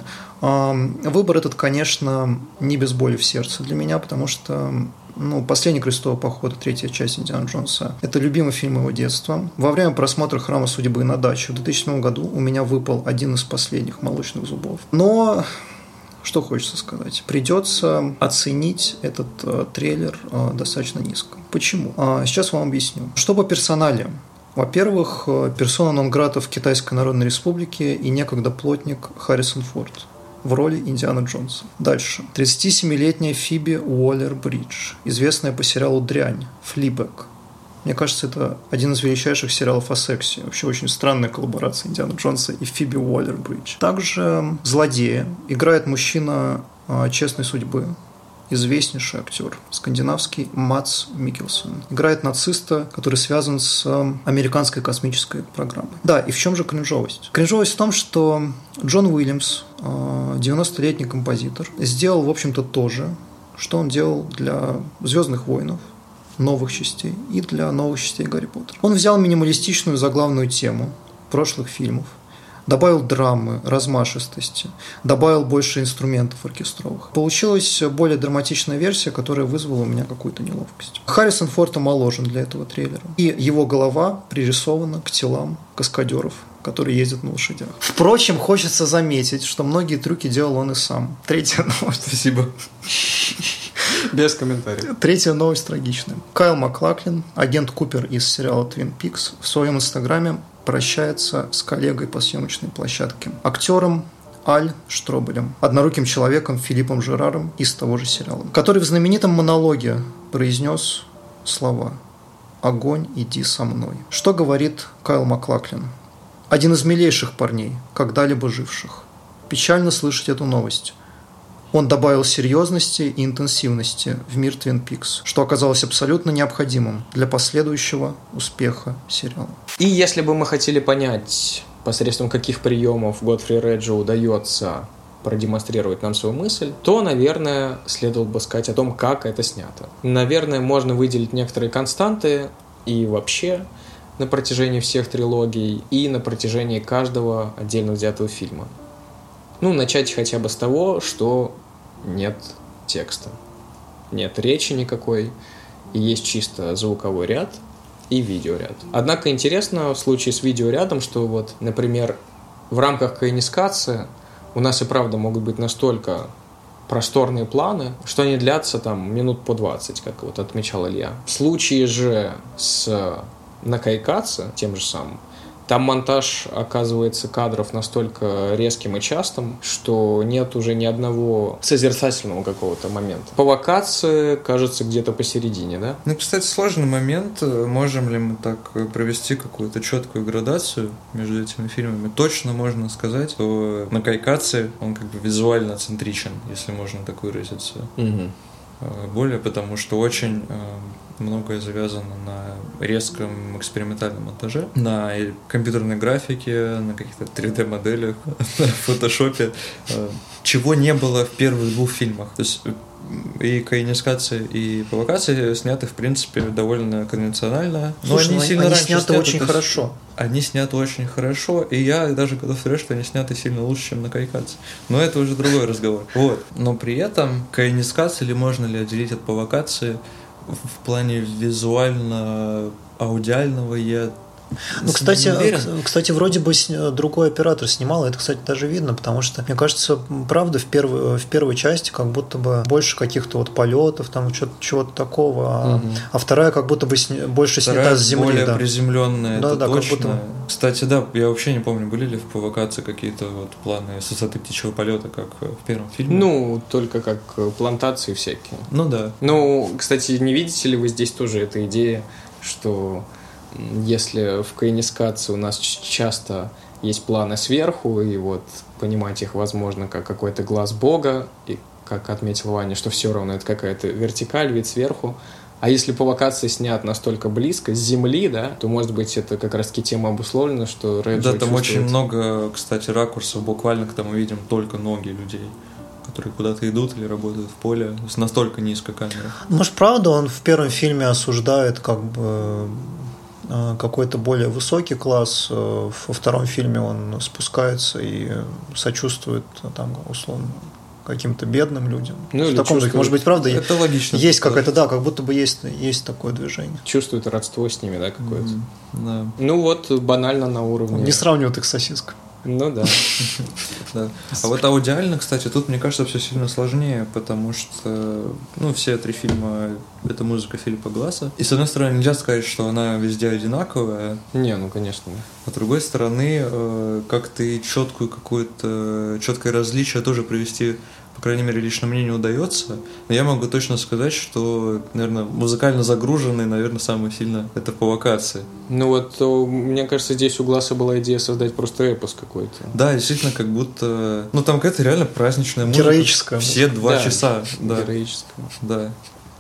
Выбор этот, конечно, не без боли в сердце для меня, потому что ну, «Последний крестовый поход», третья часть Индиана Джонса, это любимый фильм моего детства. Во время просмотра «Храма судьбы» на даче в две тысячи седьмом году у меня выпал один из последних молочных зубов. Но что хочется сказать? Придется оценить этот э, трейлер э, достаточно низко. Почему? А, сейчас вам объясню. Что по персоналиям? Во-первых, персона нон-грата в Китайской Народной Республике и некогда плотник Харрисон Форд в роли Индианы Джонса. Дальше. тридцатисемилетняя Фиби Уоллер-Бридж, известная по сериалу «Дрянь», «Флибэг». Мне кажется, это один из величайших сериалов о сексе. Вообще очень странная коллаборация Индианы Джонса и Фиби Уоллер-Бридж. Также злодея играет мужчина честной судьбы, известнейший актер, скандинавский Мадс Миккельсон. Играет нациста, который связан с американской космической программой. Да, и в чем же кринжовость? Кринжовость в том, что Джон Уильямс, девяностолетний композитор, сделал, в общем-то, то же, что он делал для «Звездных войнов», новых частей и для новых частей Гарри Поттера. Он взял минималистичную заглавную тему прошлых фильмов, добавил драмы, размашистости, добавил больше инструментов оркестровых. Получилась более драматичная версия, которая вызвала у меня какую-то неловкость. Харрисон Форд омоложен для этого трейлера. И его голова пририсована к телам каскадеров, которые ездят на лошадях. Впрочем, хочется заметить, что многие трюки делал он и сам. Третья новость. Спасибо. Без комментариев. Третья новость трагичная. Кайл Маклаклин, агент Купер из сериала Twin Peaks, в своем инстаграме прощается с коллегой по съемочной площадке, актером Аль Штробелем, одноруким человеком Филиппом Жераром из того же сериала, который в знаменитом монологе произнес слова «Огонь, иди со мной». Что говорит Кайл Маклаклин? Один из милейших парней, когда-либо живших. Печально слышать эту новость. Он добавил серьезности и интенсивности в мир Twin Peaks, что оказалось абсолютно необходимым для последующего успеха сериала. И если бы мы хотели понять, посредством каких приемов Годфри Реджо удается продемонстрировать нам свою мысль, то, наверное, следовало бы сказать о том, как это снято. Наверное, можно выделить некоторые константы и вообще на протяжении всех трилогий, и на протяжении каждого отдельно взятого фильма. Ну, начать хотя бы с того, что нет текста, нет речи никакой, и есть чисто звуковой ряд и видеоряд. Однако интересно в случае с видеорядом, что вот, например, в рамках коинискации у нас и правда могут быть настолько просторные планы, что они длятся там минут по двадцать, как вот отмечал Илья. В случае же с накайкаци, тем же самым, там монтаж оказывается кадров настолько резким и частым, что нет уже ни одного созерцательного какого-то момента. По вакации, кажется, где-то посередине, да? Ну, кстати, сложный момент. Можем ли мы так провести какую-то четкую градацию между этими фильмами? Точно можно сказать, что на Кайкаци он как бы визуально центричен, если можно так выразиться. Угу. Более, потому что очень многое завязано на резком экспериментальном монтаже, на компьютерной графике, на каких-то три дэ-моделях, на фотошопе, чего не было в первых двух фильмах. То есть и коинискация, и провокация сняты, в принципе, довольно конвенционально. Но Слушай, они они, сильно они раньше сняты, сняты очень хорошо. Они сняты очень хорошо, и я даже готов сказать, что они сняты сильно лучше, чем на Кайкаци. Но это уже другой разговор. Вот. Но при этом коинискация, или можно ли отделить от провокации в плане визуально-аудиального, я Ну, кстати, кстати, вроде бы другой оператор снимал, это, кстати, даже видно, потому что, мне кажется, правда, в первой, в первой части как будто бы больше каких-то вот полетов, там чего-то такого, а, угу. а вторая как будто бы сня, больше вторая снята с земли. Более да. приземленная, да, это да, точно. Как будто... Кстати, да, я вообще не помню, были ли в провокации какие-то вот планы с высоты птичьего полета, как в первом фильме? Ну, только как плантации всякие. Ну да. Ну, кстати, не видите ли вы здесь тоже эта идея, что если в коинискации у нас часто есть планы сверху, и вот понимать их возможно как какой-то глаз Бога, и как отметил Ваня, что все равно это какая-то вертикаль, вид сверху. А если по локации снят настолько близко, с земли, да, то, может быть, это как раз-таки тема обусловлена, что Реджо Да, там чувствует... очень много, кстати, ракурсов, буквально, когда мы видим только ноги людей, которые куда-то идут или работают в поле, то есть настолько низко камера. Может, правда, он в первом фильме осуждает как бы какой-то более высокий класс, во втором фильме он спускается и сочувствует там, условно, каким-то бедным людям. Ну, в таком духе, может быть, правда, это логично. Есть какое-то, да, как будто бы есть, есть такое движение. Чувствует родство с ними, да, какое-то. Mm, да. Ну вот, банально на уровне... Не сравнивают их с сосисками. Ну да. Да. А вот аудиально, кстати, тут, мне кажется, все сильно сложнее, потому что, ну, все три фильма — это музыка Филиппа Гласса. И, с одной стороны, нельзя сказать, что она везде одинаковая. Не, ну, конечно. А с другой стороны, как-то и четкую какое-то, четкое различие тоже привести, по крайней мере, лично мне не удается. Но я могу точно сказать, что, наверное, музыкально загруженный, наверное, самое сильно это по вокации. Ну вот, мне кажется, здесь у Гласса была идея создать просто эпос какой-то. Да, действительно, как будто... Ну, там какая-то реально праздничная музыка. Героическая. Все два да, часа. Да. Героическая. Да.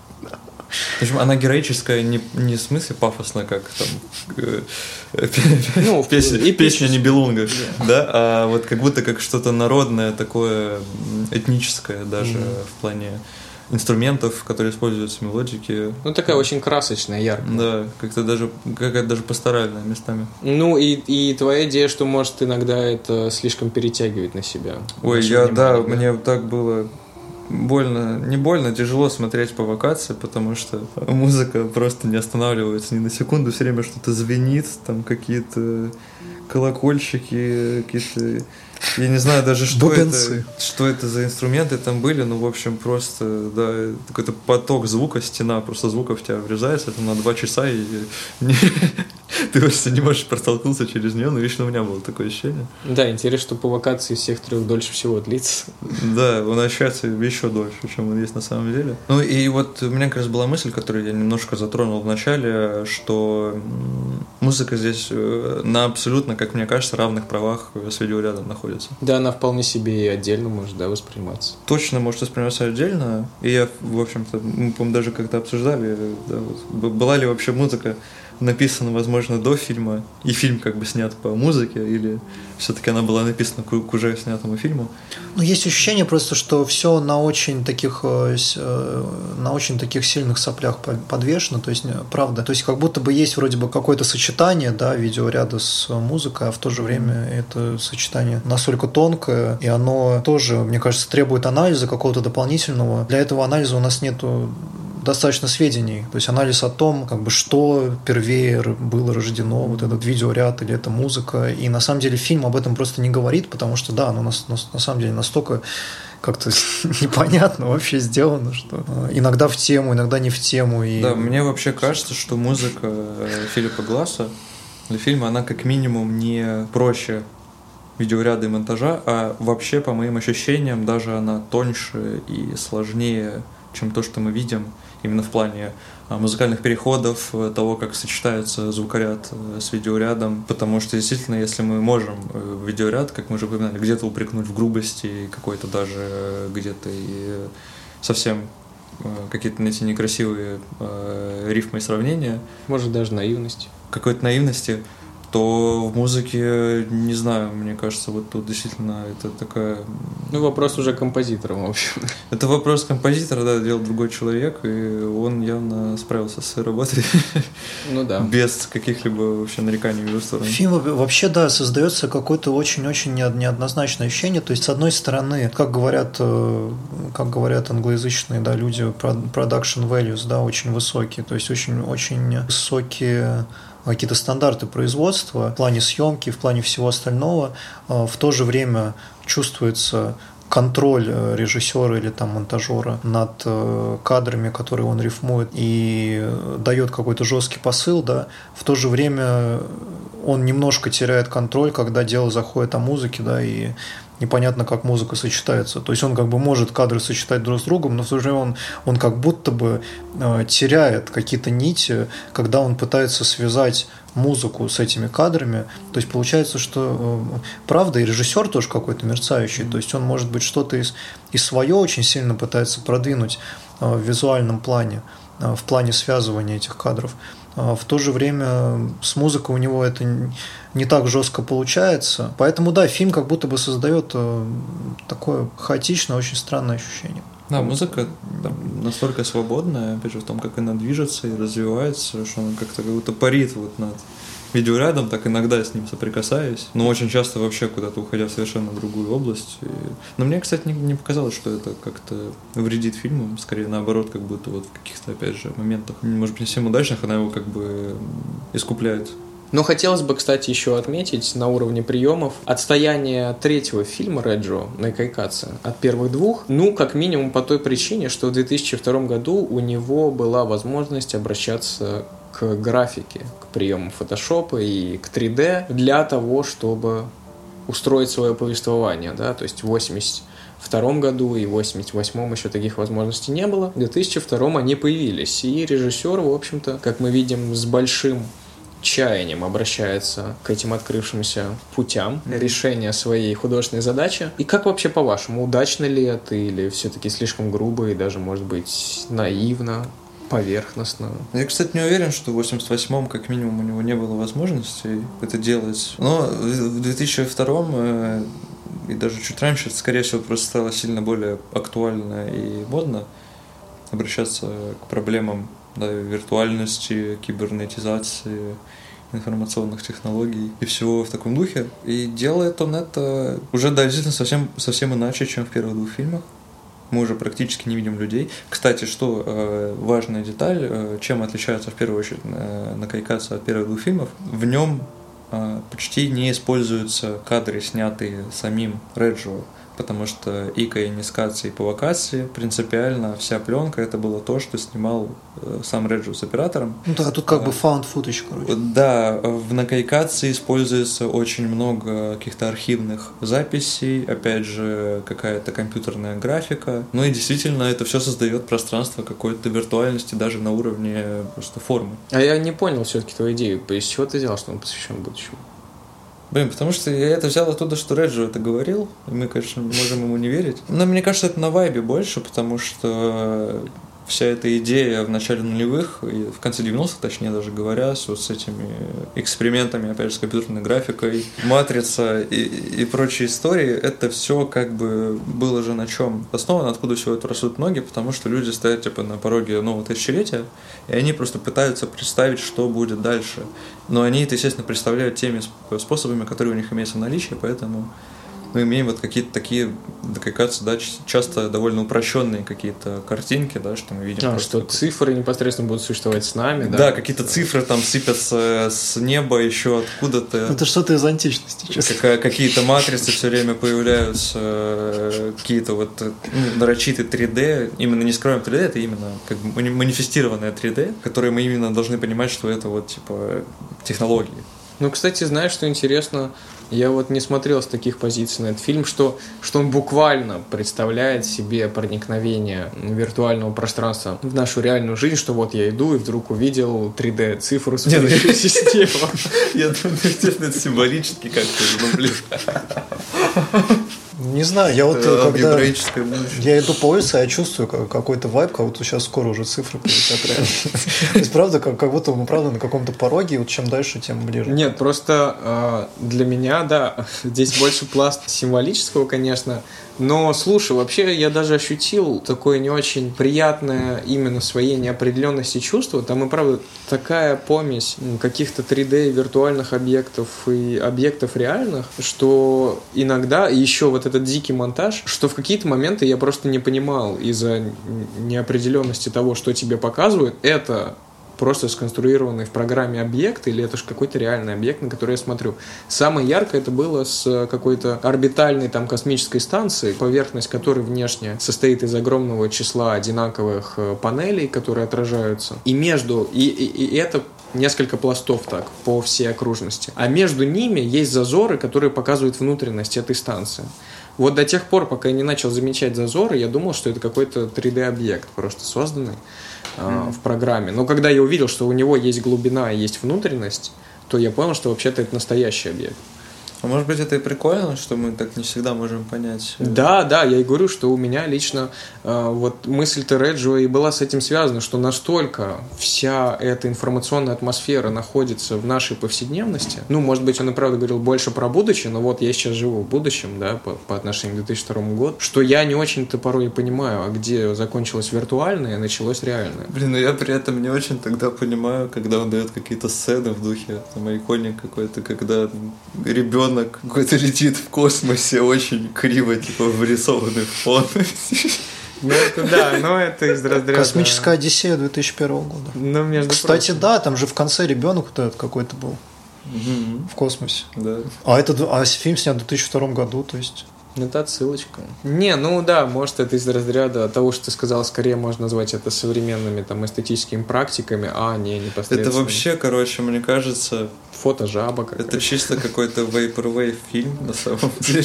Причем она героическая не, не в смысле пафосно, как там э, ну, песня, песня Нибелунга, да, а вот как будто как что-то народное, такое этническое даже mm-hmm. в плане инструментов, которые используются, мелодики. Ну, такая очень красочная, яркая. Да, как-то даже, какая-то даже пасторальная местами. Ну, и, и твоя идея, что может иногда это слишком перетягивать на себя. Ой, я, внимание, да, да, мне так было... Больно, не больно, тяжело смотреть по вокации, потому что музыка просто не останавливается ни на секунду, все время что-то звенит, там какие-то колокольчики, какие-то... Я не знаю даже, что это, что это за инструменты там были, но, в общем, просто, да, какой-то поток звука, стена просто звука в тебя врезается, это на два часа, и не, ты просто не можешь протолкнуться через нее, но лично у меня было такое ощущение. Да, интересно, что по вокации всех трех дольше всего длится. Да, он ощущается еще дольше, чем он есть на самом деле. Ну и вот у меня как раз была мысль, которую я немножко затронул в начале, что музыка здесь на абсолютно, как мне кажется, равных правах с видеорядом находится. Да, она вполне себе и отдельно может, да, восприниматься. Точно может восприниматься отдельно. И я, в общем-то, мы, по-моему, даже как-то обсуждали, да, вот, была ли вообще музыка написана, возможно, до фильма, и фильм как бы снят по музыке, или все-таки она была написана к, к уже снятому фильму. Ну, есть ощущение просто, что все на очень таких, на очень таких сильных соплях подвешено, то есть, правда, то есть, как будто бы есть вроде бы какое-то сочетание, да, видеоряда с музыкой, а в то же время это сочетание настолько тонкое, и оно тоже, мне кажется, требует анализа какого-то дополнительного. Для этого анализа у нас нету достаточно сведений, то есть анализ о том, как бы, что первее было рождено, вот этот видеоряд или эта музыка, и на самом деле фильм об этом просто не говорит, потому что, да, оно на, на, на самом деле настолько как-то непонятно вообще сделано, что иногда в тему, иногда не в тему. И... Да, мне вообще кажется, что музыка Филиппа Гласса для фильма, она как минимум не проще видеоряда и монтажа, а вообще, по моим ощущениям, даже она тоньше и сложнее, чем то, что мы видим, именно в плане музыкальных переходов, того, как сочетается звукоряд с видеорядом, потому что действительно, если мы можем видеоряд, как мы уже упоминали, где-то упрекнуть в грубости, какой-то даже где-то и совсем какие-то найти некрасивые рифмы и сравнения. Может, даже наивности. Какой-то наивности, то в музыке, не знаю, мне кажется, вот тут действительно это такая... Ну, вопрос уже композитора, в общем. Это вопрос композитора, да, делал другой человек, и он явно справился с своей работой. Ну да. Без каких-либо вообще нареканий в его сторону. Фильм вообще, да, создается какое-то очень-очень неоднозначное ощущение. То есть, с одной стороны, как говорят, как говорят англоязычные, да, люди, production values, да, очень высокие, то есть очень-очень высокие какие-то стандарты производства в плане съемки, в плане всего остального. В то же время чувствуется контроль режиссера или там монтажера над кадрами, которые он рифмует, и дает какой-то жесткий посыл, да. В то же время он немножко теряет контроль, когда дело заходит о музыке, да, и непонятно, как музыка сочетается. То есть он как бы может кадры сочетать друг с другом, но в то же время он, он как будто бы э, теряет какие-то нити, когда он пытается связать музыку с этими кадрами. То есть получается, что э, правда, и режиссер тоже какой-то мерцающий. То есть он, может быть, что-то из, из свое очень сильно пытается продвинуть э, в визуальном плане, э, в плане связывания этих кадров. В то же время с музыкой у него это не так жестко получается. Поэтому, да, фильм как будто бы создает такое хаотичное, очень странное ощущение. Да, музыка там настолько свободная, опять же, в том, как она движется и развивается, что она как-то как будто парит вот над видеорядом, так иногда с ним соприкасаюсь, но очень часто вообще куда-то уходя в совершенно другую область. И... Но мне, кстати, не, не показалось, что это как-то вредит фильму, скорее наоборот, как будто вот в каких-то, опять же, моментах, может быть, не всем удачных, она его как бы искупляет Но хотелось бы, кстати, еще отметить на уровне приемов отстояние третьего фильма Реджо Накайкаци от первых двух, ну, как минимум по той причине, что в две тысячи втором году у него была возможность обращаться к графике, к приемам фотошопа и к три дэ для того, чтобы устроить свое повествование, да, то есть в восемьдесят втором году и в восемьдесят восьмом еще таких возможностей не было. В две тысячи втором они появились, и режиссер, в общем-то, как мы видим, с большим чаянием обращается к этим открывшимся путям решения своей художественной задачи. И как вообще по-вашему, удачно ли это или все-таки слишком грубо и даже, может быть, наивно, поверхностно? Я, кстати, не уверен, что в восемьдесят восьмом как минимум у него не было возможности это делать. Но в две тысячи втором э, и даже чуть раньше, это, скорее всего, просто стало сильно более актуально и модно обращаться к проблемам, да, виртуальности, кибернетизации, информационных технологий и всего в таком духе. И делает он это уже, да, действительно совсем, совсем иначе, чем в первых двух фильмах. Мы уже практически не видим людей. Кстати, что э, важная деталь, э, чем отличается в первую очередь э, Накайкаци от первых двух фильмов, в нем э, почти не используются кадры, снятые самим Реджо, потому что и Каинискаци, и Павакаци принципиально вся пленка это было то, что снимал э, сам Реджо с оператором. Ну да, тут как а, бы found footage, короче. Да, в Накайкаци используется очень много каких-то архивных записей, опять же, какая-то компьютерная графика. Ну и действительно это все создает пространство какой-то виртуальности даже на уровне просто формы. А я не понял все-таки твою идею. Из чего ты взял, что он посвящен будущему? Блин, потому что я это взял оттуда, что Реджо это говорил, и мы, конечно, можем ему не верить. Но мне кажется, это на вайбе больше, потому что вся эта идея в начале нулевых, и в конце девяностых, точнее даже говоря, с вот с этими экспериментами, опять же, с компьютерной графикой, матрица и, и прочие истории, это все как бы было же на чем основано, откуда все это растут ноги, потому что люди стоят типа на пороге нового тысячелетия, и они просто пытаются представить, что будет дальше. Но они это, естественно, представляют теми способами, которые у них имеются в наличии, поэтому мы имеем вот какие-то такие, как кажется, да, часто довольно упрощенные какие-то картинки, да, что мы видим. А, что такой... цифры непосредственно будут существовать с нами, да? Да, какие-то цифры там сыпятся с неба еще откуда-то. Это что-то из античности, честно. Как, какие-то матрицы все время появляются, какие-то вот ну, нарочитые три дэ. Именно не скроем три дэ, это именно как бы манифестированное три дэ, которые мы именно должны понимать, что это вот типа технологии. Ну, кстати, знаешь, что интересно? Я вот не смотрел с таких позиций на этот фильм, что, что он буквально представляет себе проникновение виртуального пространства в нашу реальную жизнь, что вот я иду и вдруг увидел три дэ-цифру своей системы. Я думаю, естественно, это символически как-то, ну, блин. Не знаю, я вот когда я иду по улице, я чувствую какой-то вайб, как будто сейчас скоро уже цифры полетят реально. То есть, правда, как, как будто мы, правда, на каком-то пороге, и вот чем дальше, тем ближе. Нет, просто э, для меня, да, здесь больше пласт символического, конечно, но, слушай, вообще я даже ощутил такое не очень приятное именно своей неопределенности чувства. Там и, правда, такая помесь каких-то три дэ виртуальных объектов и объектов реальных, что иногда еще вот этот дикий монтаж, что в какие-то моменты я просто не понимал из-за неопределенности того, что тебе показывают, это просто сконструированный в программе объект, или это же какой-то реальный объект, на который я смотрю. Самое яркое это было с какой-то орбитальной там космической станции, поверхность которой внешне состоит из огромного числа одинаковых панелей, которые отражаются. И между... И, и, и это несколько пластов так, по всей окружности. А между ними есть зазоры, которые показывают внутренность этой станции. Вот до тех пор, пока я не начал замечать зазоры, я думал, что это какой-то три дэ-объект, просто созданный mm-hmm. в программе. Но когда я увидел, что у него есть глубина и есть внутренность, то я понял, что вообще-то это настоящий объект. А может быть, это и прикольно, что мы так не всегда можем понять. Да, да, я и говорю, что у меня лично э, вот мысль-то Реджо и была с этим связана, что настолько вся эта информационная атмосфера находится в нашей повседневности. Ну, может быть, он и правда говорил больше про будущее, но вот я сейчас живу в будущем, да, по, по отношению к две тысячи второму году, что я не очень-то порой понимаю, а где закончилось виртуальное и началось реальное. Блин, ну я при этом не очень тогда понимаю, когда он дает какие-то сцены в духе, там, иконик какой-то, когда ребенок какой-то летит в космосе, очень криво, типа, вырисованный фон. Ну, это да, но это из разряда... Космическая Одиссея две тысячи первого года. Ну, между Кстати, прочим. да, там же в конце ребенок вот этот какой-то был. в космосе. Да. А, это, а фильм снят в две тысячи втором году, то есть... Это отсылочка. Не, ну да, может, это из разряда того, что ты сказал, скорее можно назвать это современными там эстетическими практиками, а не непосредственно. Это вообще, короче, мне кажется... Фото-жаба какая-то. Это чисто какой-то vaporwave фильм, на самом деле.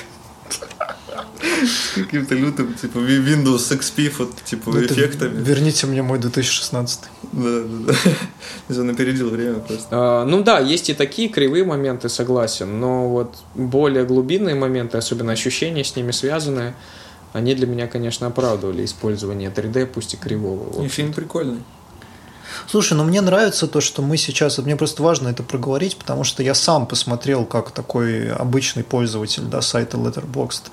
С каким-то лютым, типа, Windows икс пи, вот, типа, ну, эффектами. Верните мне мой две тысячи шестнадцатый. Да, да, да. Он опередил время просто. А, ну да, есть и такие кривые моменты, согласен, но вот более глубинные моменты, особенно ощущения с ними связанные, они для меня, конечно, оправдывали использование три дэ, пусть и кривого. И фильм прикольный. Слушай, ну мне нравится то, что мы сейчас... Вот мне просто важно это проговорить, потому что я сам посмотрел, как такой обычный пользователь, да, сайта Letterboxd,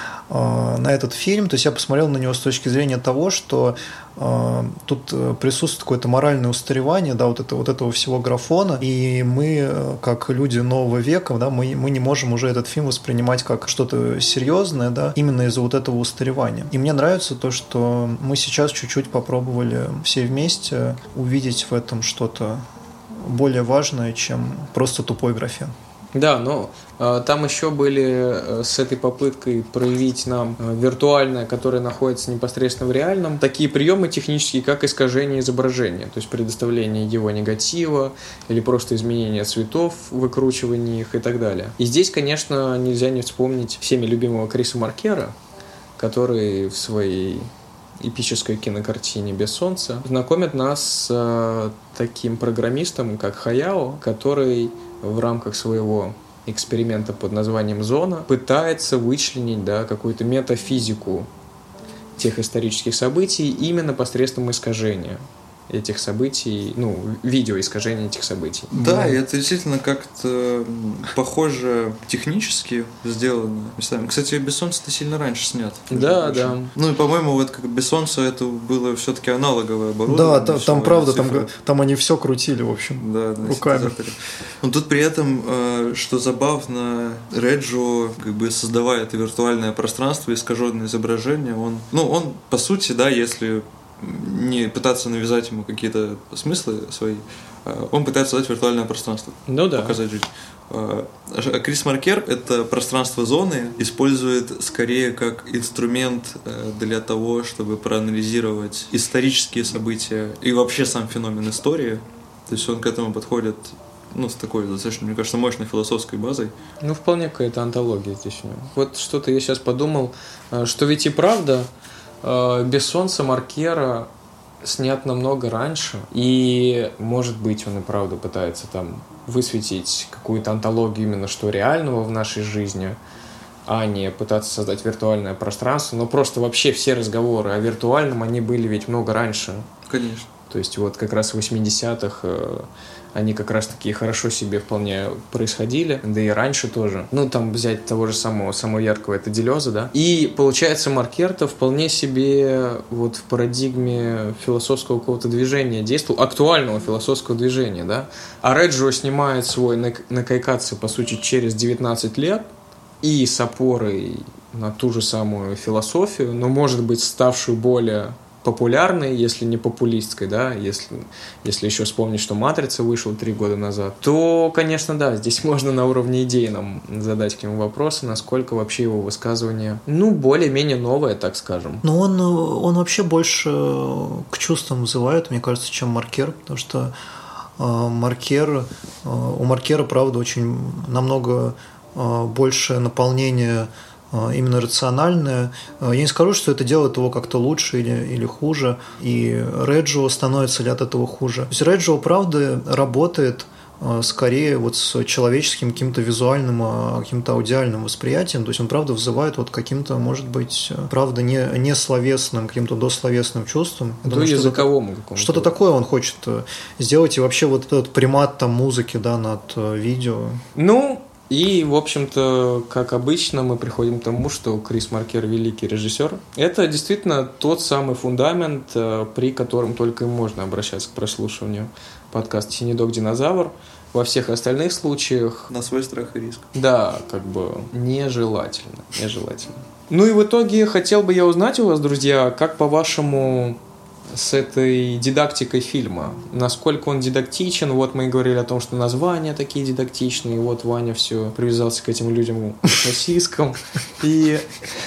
э, на этот фильм. То есть я посмотрел на него с точки зрения того, что э, тут присутствует какое-то моральное устаревание, да, вот, это, вот этого всего графона, и мы, как люди нового века, да, мы, мы не можем уже этот фильм воспринимать как что-то серьезное, да, именно из-за вот этого устаревания. И мне нравится то, что мы сейчас чуть-чуть попробовали все вместе увидеть в этом что-то более важное, чем просто тупой графен. Да, но э, там еще были э, с этой попыткой проявить нам э, виртуальное, которое находится непосредственно в реальном, такие приемы технические, как искажение изображения, то есть предоставление его негатива или просто изменение цветов, выкручивание их и так далее. И здесь, конечно, нельзя не вспомнить всеми любимого Криса Маркера, который в своей эпической кинокартине «Без солнца» знакомит нас с э, таким программистом, как Хаяо, который в рамках своего эксперимента под названием «Зона» пытается вычленить, да, какую-то метафизику тех исторических событий именно посредством искажения этих событий, ну, видеоискажения этих событий. Да, и это действительно как-то похоже технически сделано местами. Кстати, «Без солнца»-то сильно раньше снят. Да, да. Ну и, по-моему, вот как «Без солнца» это было все-таки аналоговое оборудование. Да, там, там правда, там, там они все крутили, в общем, да, руками. Но тут при этом, что забавно, Реджо, как бы создавая это виртуальное пространство, искаженное изображение, он, ну, он, по сути, да, если не пытаться навязать ему какие-то смыслы свои, он пытается создать виртуальное пространство. Ну да. Показать жизнь. А Крис Маркер это пространство зоны использует скорее как инструмент для того, чтобы проанализировать исторические события и вообще сам феномен истории. То есть он к этому подходит, ну, с такой достаточно, мне кажется, мощной философской базой. Ну, вполне какая-то антология здесь. Вот что-то я сейчас подумал, что ведь и правда «Без солнца» Маркера снят намного раньше, и, может быть, он и правда пытается там высветить какую-то антологию именно что реального в нашей жизни, а не пытаться создать виртуальное пространство, но просто вообще все разговоры о виртуальном, они были ведь много раньше. Конечно. То есть вот как раз в восьмидесятых э, они как раз таки хорошо себе вполне происходили, да и раньше тоже. Ну, там взять того же самого, самого яркого, это Делеза, да. И получается, Маркер-то вполне себе вот в парадигме философского какого-то движения действовал, актуального философского движения, да. А Реджо снимает свой Накайкаци, по сути, через девятнадцать лет, и с опорой на ту же самую философию, но, может быть, ставшую более популярной, если не популистской, да, если, если еще вспомнить, что «Матрица» вышла три года назад, то, конечно, да, здесь можно на уровне идеи нам задать к нему вопросы, насколько вообще его высказывание, ну, более-менее новое, так скажем. Ну, он, он вообще больше к чувствам вызывает, мне кажется, чем Маркер, потому что э, Маркер, э, у Маркера, правда, очень намного э, больше наполнения именно рациональное. Я не скажу, что это делает его как-то лучше или, или хуже, и Реджо становится ли от этого хуже. То есть Реджо, правда, работает скорее вот с человеческим каким-то визуальным, каким-то аудиальным восприятием, то есть он, правда, вызывает вот каким-то, может быть, правда, не, не словесным, каким-то дословесным чувством. До языковому какому-то. Что-то такое он хочет сделать, и вообще вот этот примат там музыки, да, над видео. Ну, и, в общем-то, как обычно, мы приходим к тому, что Крис Маркер – великий режиссер. Это действительно тот самый фундамент, при котором только и можно обращаться к прослушиванию подкаста «Синедок Динозавр». Во всех остальных случаях… На свой страх и риск. Да, как бы нежелательно, нежелательно. Ну и в итоге хотел бы я узнать у вас, друзья, как, по-вашему, с этой дидактикой фильма. Насколько он дидактичен. Вот мы и говорили о том, что названия такие дидактичные. И вот Ваня все привязался к этим людям сосискам. И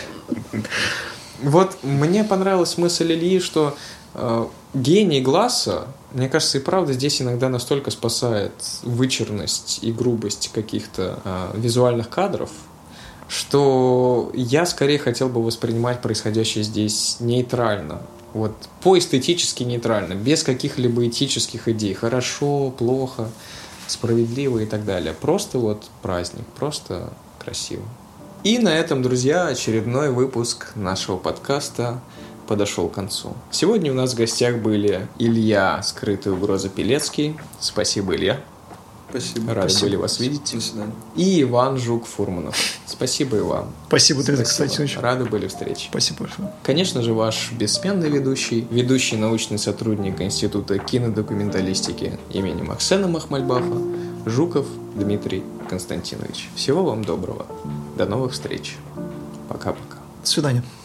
вот мне понравилась мысль Ильи, что э, гений Гласса, мне кажется, и правда здесь иногда настолько спасает вычурность и грубость каких-то э, визуальных кадров, что я скорее хотел бы воспринимать происходящее здесь нейтрально. Вот, по-эстетически нейтрально, без каких-либо этических идей. Хорошо, плохо, справедливо и так далее. Просто вот праздник, просто красиво. И на этом, друзья, очередной выпуск нашего подкаста подошел к концу. Сегодня у нас в гостях были Илья «Скрытая угроза» Пелецкий. Спасибо, Илья. Спасибо. Рады Спасибо. были вас видеть. До свидания. И Иван Жук-Фурманов. Спасибо, Иван. Спасибо, Дмитрий Спасибо. Константинович. Рады были встрече. Спасибо большое. Конечно же, ваш бессменный ведущий, ведущий научный сотрудник Института кинодокументалистики имени Махсена Махмальбафа, Жуков Дмитрий Константинович. Всего вам доброго. До новых встреч. Пока-пока. До свидания.